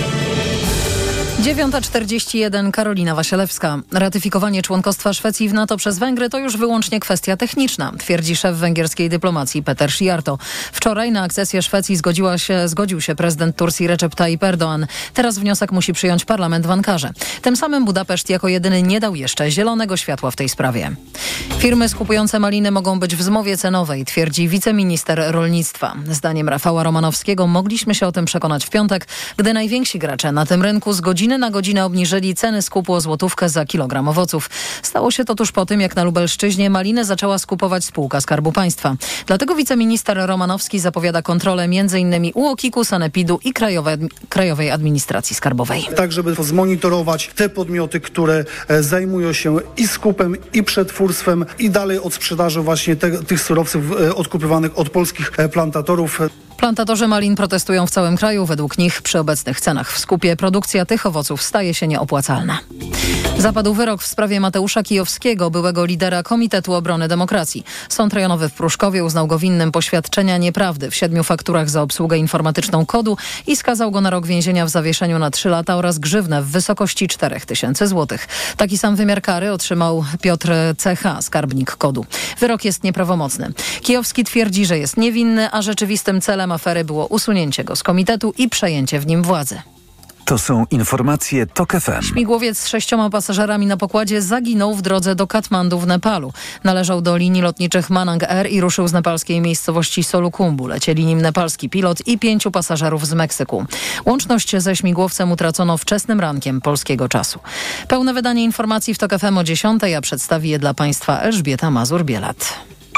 9:41, Karolina Wasielewska. Ratyfikowanie członkostwa Szwecji w NATO przez Węgry to już wyłącznie kwestia techniczna, twierdzi szef węgierskiej dyplomacji Peter Szijjártó. Wczoraj na akcesję Szwecji zgodził się prezydent Turcji Recep Tayyip Erdoğan. Teraz wniosek musi przyjąć parlament w Ankarze. Tym samym Budapeszt jako jedyny nie dał jeszcze zielonego światła w tej sprawie. Firmy skupujące maliny mogą być w zmowie cenowej, twierdzi wiceminister rolnictwa. Zdaniem Rafała Romanowskiego mogliśmy się o tym przekonać w piątek, gdy najwięksi gracze na tym rynku z godziny na godzinę obniżyli ceny skupu o złotówkę za kilogram owoców. Stało się to tuż po tym, jak na Lubelszczyźnie maliny zaczęła skupować spółka Skarbu Państwa. Dlatego wiceminister Romanowski zapowiada kontrolę m.in. UOKiK-u, Sanepidu i Krajowej Administracji Skarbowej. Tak, żeby zmonitorować te podmioty, które zajmują się i skupem, i przetwórstwem, i dalej od sprzedaży właśnie tych surowców odkupywanych od polskich plantatorów. Plantatorzy malin protestują w całym kraju. Według nich przy obecnych cenach w skupie produkcja tych owoców staje się nieopłacalna. Zapadł wyrok w sprawie Mateusza Kijowskiego, byłego lidera Komitetu Obrony Demokracji. Sąd rejonowy w Pruszkowie uznał go winnym poświadczenia nieprawdy w 7 fakturach za obsługę informatyczną kodu i skazał go na rok więzienia w zawieszeniu na 3 lata oraz grzywnę w wysokości 4000 zł. Taki sam wymiar kary otrzymał Piotr CH, ma skarbnik KOD-u. Wyrok jest nieprawomocny. Kijowski twierdzi, że jest niewinny, a rzeczywistym celem afery było usunięcie go z komitetu i przejęcie w nim władzy. To są informacje TOK FM. Śmigłowiec z 6 pasażerami na pokładzie zaginął w drodze do Katmandu w Nepalu. Należał do linii lotniczych Manang Air i ruszył z nepalskiej miejscowości Solukhumbu. Lecieli nim nepalski pilot i 5 pasażerów z Meksyku. Łączność ze śmigłowcem utracono wczesnym rankiem polskiego czasu. Pełne wydanie informacji w TOK FM o 10, a przedstawi je dla Państwa Elżbieta Mazur-Bielat.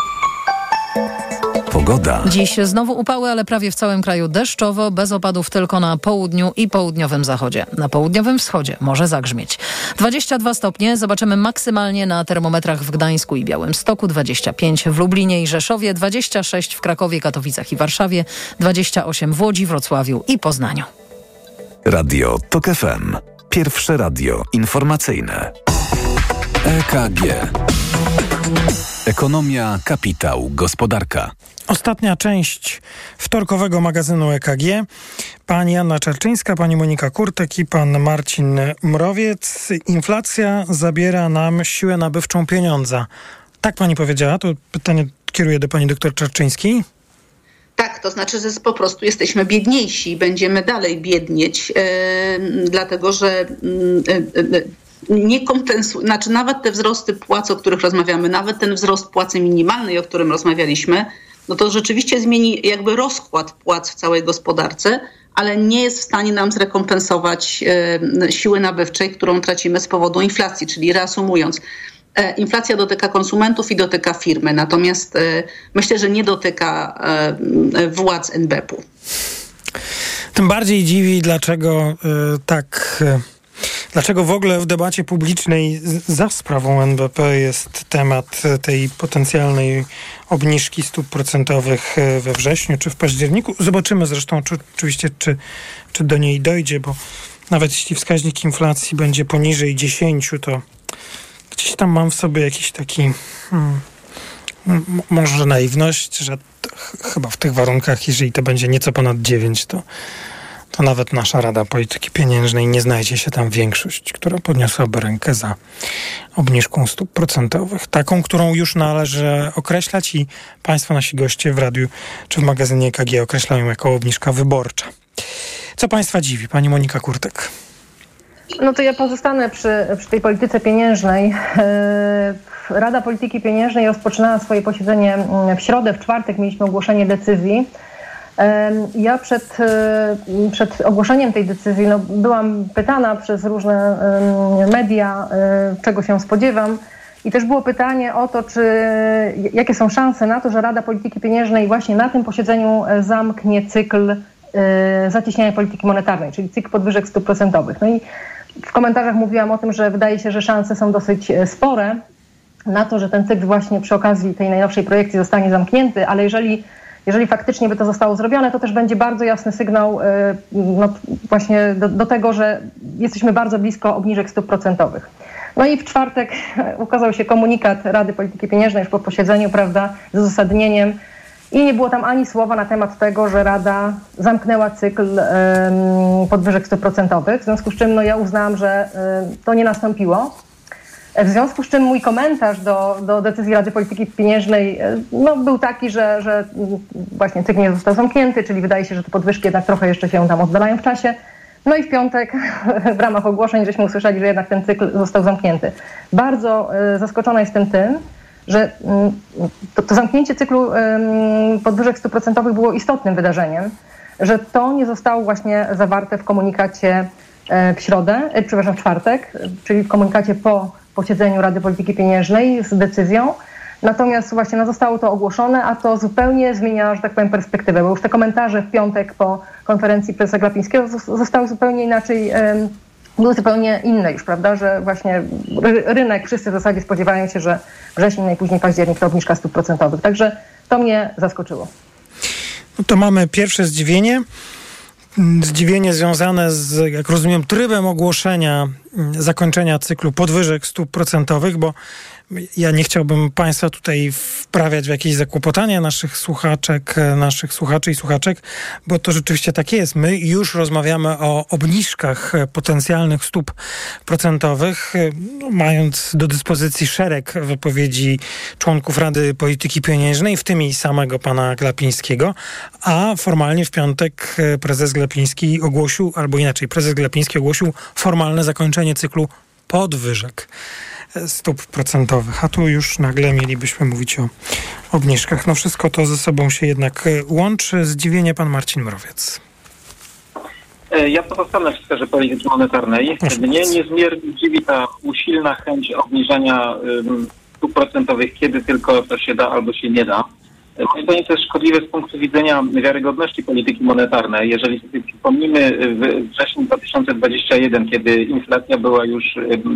Pogoda. Dziś znowu upały, ale prawie w całym kraju deszczowo, bez opadów tylko na południu i południowym zachodzie. Na południowym wschodzie może zagrzmieć. 22 stopnie zobaczymy maksymalnie na termometrach w Gdańsku i Białymstoku, 25 w Lublinie i Rzeszowie, 26 w Krakowie, Katowicach i Warszawie, 28 w Łodzi, Wrocławiu i Poznaniu. Radio TOK FM. Pierwsze radio informacyjne. EKG. Ekonomia, kapitał, gospodarka. Ostatnia część wtorkowego magazynu EKG. Pani Anna Czarczyńska, pani Monika Kurtek i pan Marcin Mrowiec. Inflacja zabiera nam siłę nabywczą pieniądza. Tak pani powiedziała? To pytanie kieruję do pani doktor Czarczyńskiej. Tak, to znaczy, że po prostu jesteśmy biedniejsi i będziemy dalej biednieć, dlatego że nie kompensuje, znaczy nawet te wzrosty płac, o których rozmawiamy, nawet ten wzrost płacy minimalnej, o którym rozmawialiśmy, no to rzeczywiście zmieni jakby rozkład płac w całej gospodarce, ale nie jest w stanie nam zrekompensować siły nabywczej, którą tracimy z powodu inflacji. Czyli reasumując, inflacja dotyka konsumentów i dotyka firmy, natomiast myślę, że nie dotyka władz NBP-u. Tym bardziej dziwi, dlaczego w ogóle w debacie publicznej za sprawą NBP jest temat tej potencjalnej obniżki stóp procentowych we wrześniu czy w październiku. Zobaczymy zresztą oczywiście, czy do niej dojdzie, bo nawet jeśli wskaźnik inflacji będzie poniżej 10, to gdzieś tam mam w sobie jakiś taki może naiwność, że chyba w tych warunkach, jeżeli to będzie nieco ponad 9, to nawet nasza Rada Polityki Pieniężnej nie znajdzie się tam większość, która podniosłaby rękę za obniżką stóp procentowych. Taką, którą już należy określać i państwo nasi goście w radiu czy w magazynie EKG określają jako obniżka wyborcza. Co państwa dziwi? Pani Monika Kurtek. No to ja pozostanę przy tej polityce pieniężnej. Rada Polityki Pieniężnej rozpoczynała swoje posiedzenie w środę, w czwartek mieliśmy ogłoszenie decyzji. Ja przed ogłoszeniem tej decyzji byłam pytana przez różne media, czego się spodziewam. I też było pytanie o to, jakie są szanse na to, że Rada Polityki Pieniężnej właśnie na tym posiedzeniu zamknie cykl zacieśniania polityki monetarnej, czyli cykl podwyżek stóp procentowych. No i w komentarzach mówiłam o tym, że wydaje się, że szanse są dosyć spore na to, że ten cykl właśnie przy okazji tej najnowszej projekcji zostanie zamknięty, ale jeżeli faktycznie by to zostało zrobione, to też będzie bardzo jasny sygnał właśnie do tego, że jesteśmy bardzo blisko obniżek stóp procentowych. No i w czwartek ukazał się komunikat Rady Polityki Pieniężnej już po posiedzeniu, prawda, z uzasadnieniem i nie było tam ani słowa na temat tego, że Rada zamknęła cykl podwyżek stóp procentowych, w związku z czym ja uznałam, że to nie nastąpiło. W związku z czym mój komentarz do decyzji Rady Polityki Pieniężnej był taki, że właśnie cykl nie został zamknięty, czyli wydaje się, że te podwyżki jednak trochę jeszcze się tam oddalają w czasie. No i w piątek w ramach ogłoszeń żeśmy usłyszeli, że jednak ten cykl został zamknięty. Bardzo zaskoczona jestem tym, że to zamknięcie cyklu podwyżek stóp procentowych było istotnym wydarzeniem, że to nie zostało właśnie zawarte w komunikacie w czwartek, czyli w komunikacie po posiedzeniu Rady Polityki Pieniężnej z decyzją. Natomiast właśnie zostało to ogłoszone, a to zupełnie zmienia, że tak powiem, perspektywę, bo już te komentarze w piątek po konferencji prezesa Glapińskiego zostały zupełnie inaczej, były zupełnie inne już, prawda, że właśnie rynek, wszyscy w zasadzie spodziewają się, że wrzesień, najpóźniej październik to obniżka stóp procentowych. Także to mnie zaskoczyło. No to mamy pierwsze zdziwienie. Zdziwienie związane z, jak rozumiem, trybem ogłoszenia zakończenia cyklu podwyżek stóp procentowych, bo Ja nie chciałbym państwa tutaj wprawiać w jakieś zakłopotanie naszych słuchaczy i słuchaczek, bo to rzeczywiście tak jest. My już rozmawiamy o obniżkach potencjalnych stóp procentowych, mając do dyspozycji szereg wypowiedzi członków Rady Polityki Pieniężnej, w tym i samego pana Glapińskiego, a formalnie w piątek prezes Glapiński ogłosił formalne zakończenie cyklu podwyżek stóp procentowych, a tu już nagle mielibyśmy mówić o obniżkach. No wszystko to ze sobą się jednak łączy. Zdziwienie pan Marcin Mrowiec. Ja pozostanę w sferze polityki monetarnej. Mnie niezmiernie dziwi ta usilna chęć obniżania stóp procentowych, kiedy tylko to się da albo się nie da. Moim zdaniem to jest szkodliwe z punktu widzenia wiarygodności polityki monetarnej. Jeżeli sobie przypomnimy wrzesień 2021, kiedy inflacja była już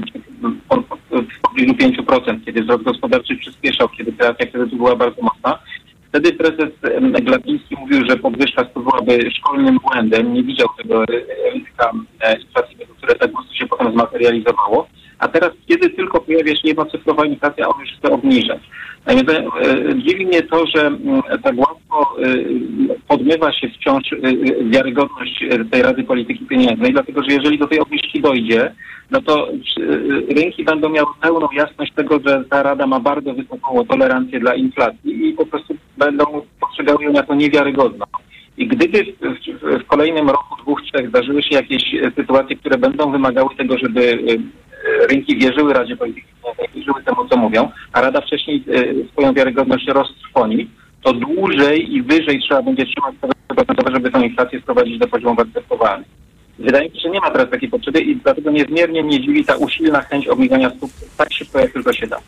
w pobliżu 5%, kiedy wzrost gospodarczy przyspieszał, kiedy kreacja kredytu była bardzo mocna, wtedy prezes Glapiński mówił, że podwyżka stóp byłaby szkolnym błędem. Nie widział tego ryzyka inflacyjnego, które tak mocno się potem zmaterializowało. A teraz, kiedy tylko pojawia się jednocyfrowa inflacja, on już chce obniżać. Dziwi mnie to, że tak łatwo podmywa się wciąż wiarygodność tej Rady Polityki Pieniężnej, dlatego że jeżeli do tej obniżki dojdzie, no to rynki będą miały pełną jasność tego, że ta Rada ma bardzo wysoką tolerancję dla inflacji i po prostu będą postrzegały ją jako niewiarygodną. I gdyby w kolejnym roku, 2-3 zdarzyły się jakieś sytuacje, które będą wymagały tego, żeby rynki wierzyły Radzie Polityki Pieniężnej, wierzyły temu, co mówią, a Rada wcześniej swoją wiarygodność roztrwoni, to dłużej i wyżej trzeba będzie trzymać stopy procentowe, żeby tę inflację sprowadzić do poziomu akceptowalnych. Wydaje mi się, że nie ma teraz takiej potrzeby i dlatego niezmiernie mnie dziwi ta usilna chęć obniżania stóp tak szybko, jak tylko się da.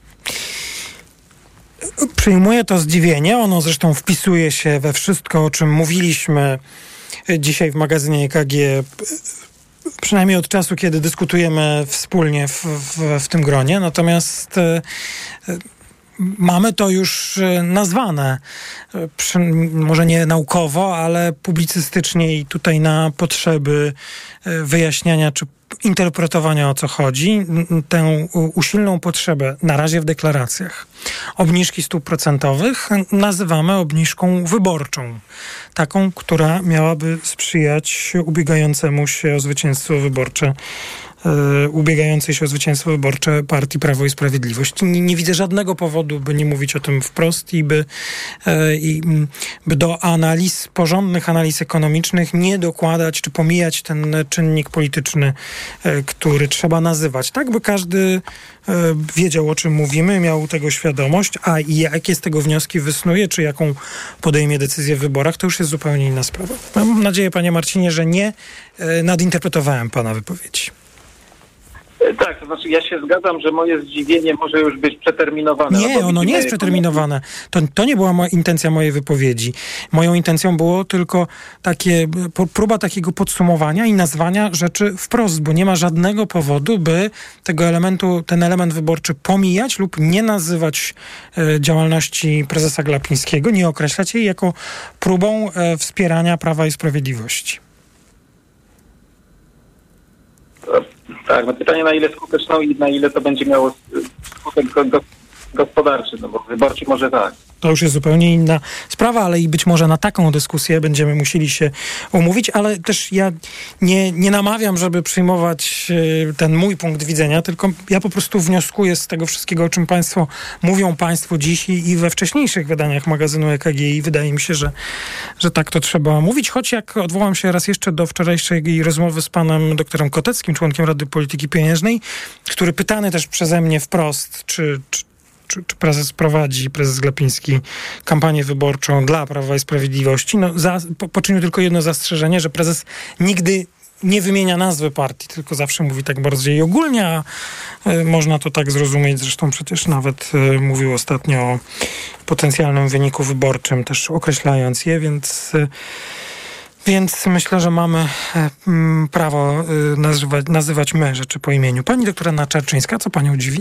Przyjmuję to zdziwienie, ono zresztą wpisuje się we wszystko, o czym mówiliśmy dzisiaj w magazynie EKG, przynajmniej od czasu, kiedy dyskutujemy wspólnie w tym gronie. Natomiast mamy to już nazwane, może nie naukowo, ale publicystycznie i tutaj na potrzeby wyjaśniania czy interpretowania, o co chodzi. Tę usilną potrzebę, na razie w deklaracjach, obniżki stóp procentowych nazywamy obniżką wyborczą. Taką, która miałaby sprzyjać ubiegającej się o zwycięstwo wyborcze partii Prawo i Sprawiedliwość. Nie widzę żadnego powodu, by nie mówić o tym wprost i by do porządnych analiz ekonomicznych nie dokładać czy pomijać ten czynnik polityczny, który trzeba nazywać. Tak, by każdy wiedział, o czym mówimy, miał tego świadomość, a jakie z tego wnioski wysnuje, czy jaką podejmie decyzję w wyborach, to już jest zupełnie inna sprawa. Mam nadzieję, panie Marcinie, że nie nadinterpretowałem pana wypowiedzi. Tak, to znaczy ja się zgadzam, że moje zdziwienie może już być przeterminowane. Nie, ono nie jest przeterminowane. To nie była intencja mojej wypowiedzi. Moją intencją było tylko próba takiego podsumowania i nazwania rzeczy wprost, bo nie ma żadnego powodu, by ten element wyborczy pomijać lub nie nazywać działalności prezesa Glapińskiego, nie określać jej jako próbą wspierania Prawa i Sprawiedliwości. Tak, no pytanie, na ile skuteczną i na ile to będzie miało skutek gospodarczy, no bo wyborczy może tak. To już jest zupełnie inna sprawa, ale i być może na taką dyskusję będziemy musieli się umówić, ale też ja nie namawiam, żeby przyjmować ten mój punkt widzenia, tylko ja po prostu wnioskuję z tego wszystkiego, o czym mówią państwo dziś i we wcześniejszych wydaniach magazynu EKG i wydaje mi się, że tak to trzeba mówić, choć jak odwołam się raz jeszcze do wczorajszej rozmowy z panem doktorem Koteckim, członkiem Rady Polityki Pieniężnej, który pytany też przeze mnie wprost, czy prezes Glapiński kampanię wyborczą dla Prawa i Sprawiedliwości. Poczynił tylko jedno zastrzeżenie, że prezes nigdy nie wymienia nazwy partii, tylko zawsze mówi tak bardziej ogólnie, a można to tak zrozumieć. Zresztą przecież nawet mówił ostatnio o potencjalnym wyniku wyborczym, też określając je, więc myślę, że mamy prawo nazywać my rzeczy po imieniu. Pani doktora Naczarczyńska, co panią dziwi?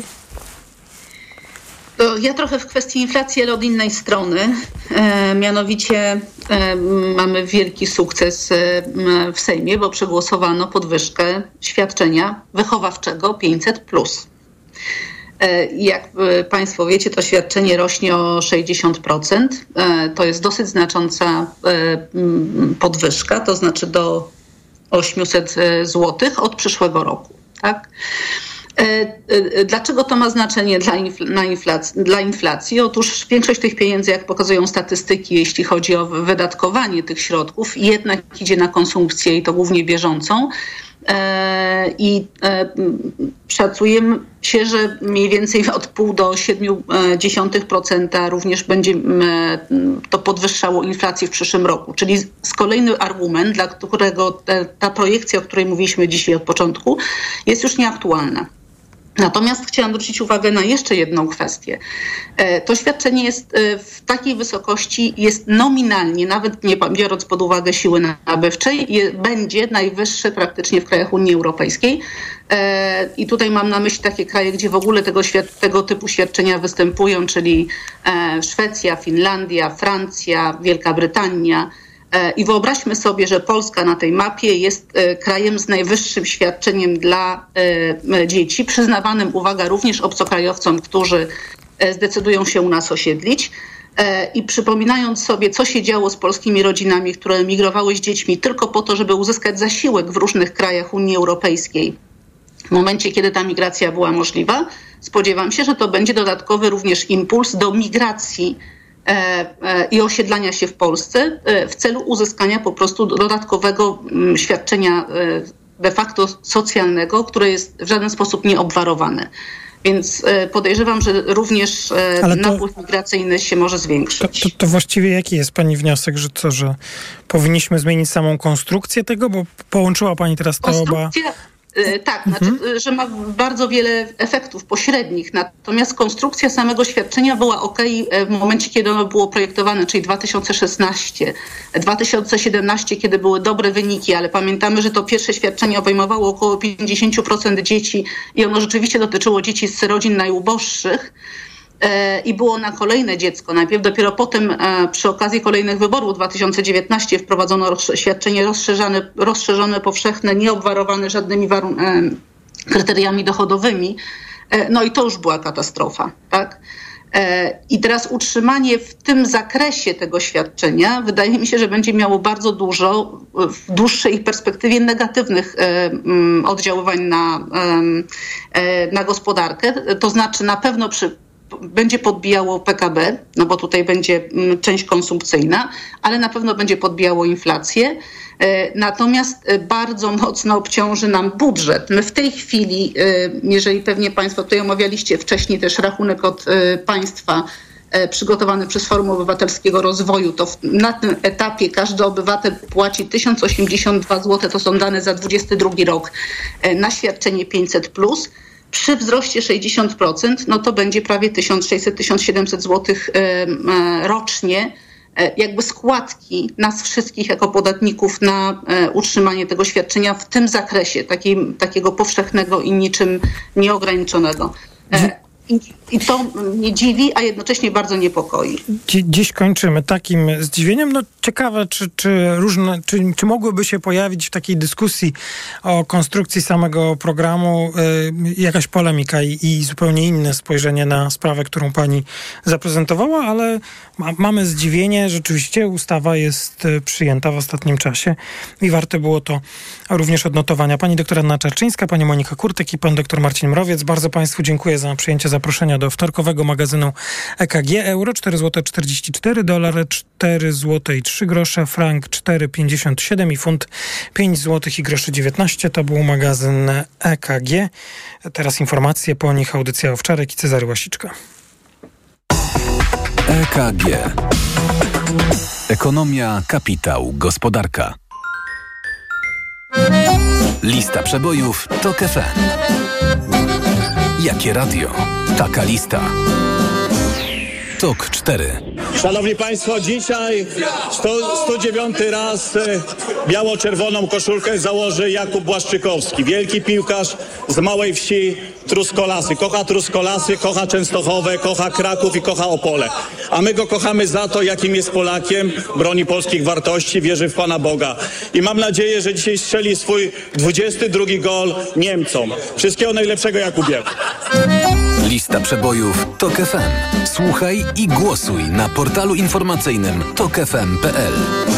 To ja trochę w kwestii inflacji, ale od innej strony. Mianowicie mamy wielki sukces w Sejmie, bo przegłosowano podwyżkę świadczenia wychowawczego 500+. Jak Państwo wiecie, to świadczenie rośnie o 60%. To jest dosyć znacząca podwyżka, to znaczy do 800 zł od przyszłego roku. Tak? Dlaczego to ma znaczenie dla inflacji? Otóż większość tych pieniędzy, jak pokazują statystyki, jeśli chodzi o wydatkowanie tych środków, jednak idzie na konsumpcję i to głównie bieżącą. I szacujemy się, że mniej więcej od 0,5 do 0,7% również będzie to podwyższało inflację w przyszłym roku. Czyli z kolejny argument, dla którego ta projekcja, o której mówiliśmy dzisiaj od początku, jest już nieaktualna. Natomiast chciałam zwrócić uwagę na jeszcze jedną kwestię. To świadczenie jest w takiej wysokości, jest nominalnie, nawet nie biorąc pod uwagę siły nabywczej, będzie najwyższe praktycznie w krajach Unii Europejskiej. I tutaj mam na myśli takie kraje, gdzie w ogóle tego typu świadczenia występują, czyli Szwecja, Finlandia, Francja, Wielka Brytania. I wyobraźmy sobie, że Polska na tej mapie jest krajem z najwyższym świadczeniem dla dzieci, przyznawanym, uwaga, również obcokrajowcom, którzy zdecydują się u nas osiedlić. I przypominając sobie, co się działo z polskimi rodzinami, które emigrowały z dziećmi tylko po to, żeby uzyskać zasiłek w różnych krajach Unii Europejskiej, w momencie, kiedy ta migracja była możliwa, spodziewam się, że to będzie dodatkowy również impuls do migracji i osiedlania się w Polsce w celu uzyskania po prostu dodatkowego świadczenia de facto socjalnego, które jest w żaden sposób nieobwarowane. Więc podejrzewam, że również napływ migracyjny się może zwiększyć. To właściwie jaki jest pani wniosek, że powinniśmy zmienić samą konstrukcję tego, bo połączyła pani teraz te oba... Tak, znaczy, że ma bardzo wiele efektów pośrednich, natomiast konstrukcja samego świadczenia była okej w momencie, kiedy ono było projektowane, czyli 2016, 2017, kiedy były dobre wyniki, ale pamiętamy, że to pierwsze świadczenie obejmowało około 50% dzieci i ono rzeczywiście dotyczyło dzieci z rodzin najuboższych. I było na kolejne dziecko. Najpierw dopiero potem przy okazji kolejnych wyborów w 2019 wprowadzono świadczenie rozszerzone, powszechne, nieobwarowane żadnymi kryteriami dochodowymi. No i to już była katastrofa. Tak? I teraz utrzymanie w tym zakresie tego świadczenia wydaje mi się, że będzie miało bardzo dużo w dłuższej perspektywie negatywnych oddziaływań na gospodarkę. To znaczy na pewno będzie podbijało PKB, no bo tutaj będzie część konsumpcyjna, ale na pewno będzie podbijało inflację. Natomiast bardzo mocno obciąży nam budżet. My w tej chwili, jeżeli pewnie Państwo tutaj omawialiście wcześniej też rachunek od państwa przygotowany przez Forum Obywatelskiego Rozwoju, to na tym etapie każdy obywatel płaci 1082 zł, to są dane za 2022 rok, na świadczenie 500+. Przy wzroście 60%, no to będzie prawie 1600-1700 zł rocznie, jakby składki nas wszystkich jako podatników na utrzymanie tego świadczenia w tym zakresie, takiego powszechnego i niczym nieograniczonego. I to mnie dziwi, a jednocześnie bardzo niepokoi. Dziś kończymy takim zdziwieniem. No ciekawe, czy mogłyby się pojawić w takiej dyskusji o konstrukcji samego programu jakaś polemika i zupełnie inne spojrzenie na sprawę, którą pani zaprezentowała, ale mamy zdziwienie. Rzeczywiście ustawa jest przyjęta w ostatnim czasie i warte było to również odnotowania. Pani doktor Anna Czarczyńska, pani Monika Kurtek i pan doktor Marcin Mrowiec. Bardzo państwu dziękuję za przyjęcie zaproszenia do wtorkowego magazynu EKG. Euro 4,44 zł, $4,03 zł, frank 4,57 i funt 5 zł i groszy 19. To był magazyn EKG. Teraz informacje, po nich audycja Owczarek i Cezary Łasiczka. EKG. Ekonomia, kapitał, gospodarka. Lista przebojów TOK FM. Jakie radio? Taka lista. TOK 4. Szanowni Państwo, dzisiaj 109 raz biało-czerwoną koszulkę założy Jakub Błaszczykowski. Wielki piłkarz z małej wsi Truskolasy. Kocha Truskolasy, kocha Częstochowę, kocha Kraków i kocha Opole. A my go kochamy za to, jakim jest Polakiem, broni polskich wartości, wierzy w Pana Boga. I mam nadzieję, że dzisiaj strzeli swój 22 gol Niemcom. Wszystkiego najlepszego, Jakubie. Lista przebojów TOK FM. Słuchaj i głosuj na portalu informacyjnym tokfm.pl.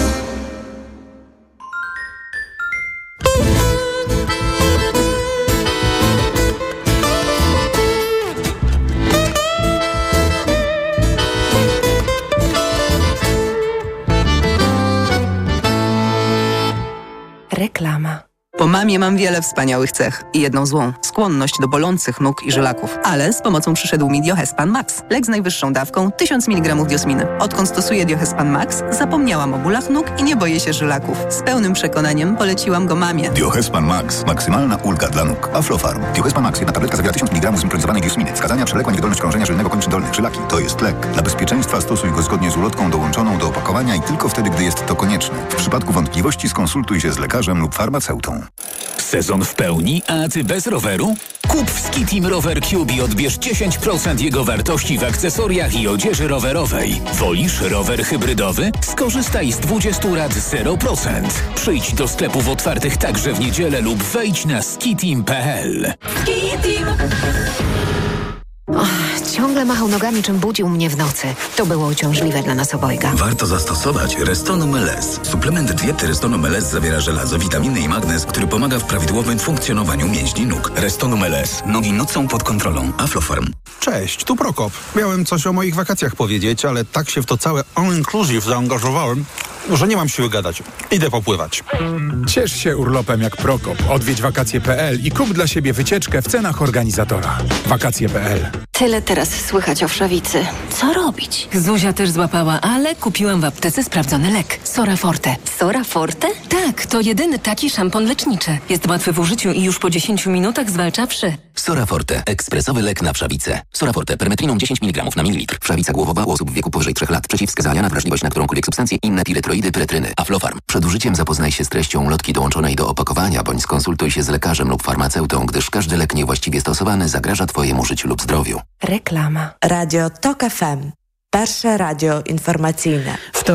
Reklama. Po mamie mam wiele wspaniałych cech i jedną złą – skłonność do bolących nóg i żylaków. Ale z pomocą przyszedł mi Diohespan Max. Lek z najwyższą dawką 1000 mg diosminy. Odkąd stosuję Diohespan Max, zapomniałam o bólach nóg i nie boję się żylaków. Z pełnym przekonaniem poleciłam go mamie. Diohespan Max. Maksymalna ulga dla nóg. Aflofarm. Diohespan Max. Jedna tabletka zawiera 1000 mg zimpronizowanej diosminy. Wskazania: przewlekła niewydolność krążenia żylnego kończyn dolnych. Żylaki. To jest lek. Dla bezpieczeństwa stosuj go zgodnie z ulotką dołączoną do opakowania i tylko wtedy, gdy jest to konieczne. W przypadku wątpliwości skonsultuj się z lekarzem lub farmaceutą. Sezon w pełni, a ty bez roweru? Kup w Skitim Rower Cube i odbierz 10% jego wartości w akcesoriach i odzieży rowerowej. Wolisz rower hybrydowy? Skorzystaj z 20 rat 0%. Przyjdź do sklepów otwartych także w niedzielę lub wejdź na skitim.pl. Skitim! Ciągle machał nogami, czym budził mnie w nocy. To było uciążliwe dla nas obojga. Warto zastosować Restonum LS. Suplement diety Restonum LS zawiera żelazo, witaminy i magnez, który pomaga w prawidłowym funkcjonowaniu mięśni nóg. Restonum LS. Nogi nocą pod kontrolą. Aflofarm. Cześć, tu Prokop. Miałem coś o moich wakacjach powiedzieć, ale tak się w to całe all-inclusive zaangażowałem, że nie mam siły gadać. Idę popływać. Ciesz się urlopem jak Prokop. Odwiedź wakacje.pl i kup dla siebie wycieczkę w cenach organizatora. Wakacje.pl. Tyle teraz słychać o wszawicy. Co robić? Zuzia też złapała, ale kupiłam w aptece sprawdzony lek. Sora Forte. Sora Forte? Tak, to jedyny taki szampon leczniczy. Jest łatwy w użyciu i już po 10 minutach zwalcza wszy. Sora Forte. Ekspresowy lek na wszawicę. Sora Forte. Permetriną 10 mg na mililitr. Wszawica głowowa u osób w wieku powyżej 3 lat. Przeciwwskazania na wrażliwość na którąkolwiek substancję, inne piretroidy, pyretryny. Aflofarm. Przed użyciem zapoznaj się z treścią ulotki dołączonej do opakowania, bądź skonsultuj się z lekarzem lub farmaceutą, gdyż każdy lek niewłaściwie stosowany zagraża Twojemu życiu lub zdrowiu. Reklama. Radio TOK FM. Pierwsze radio informacyjne.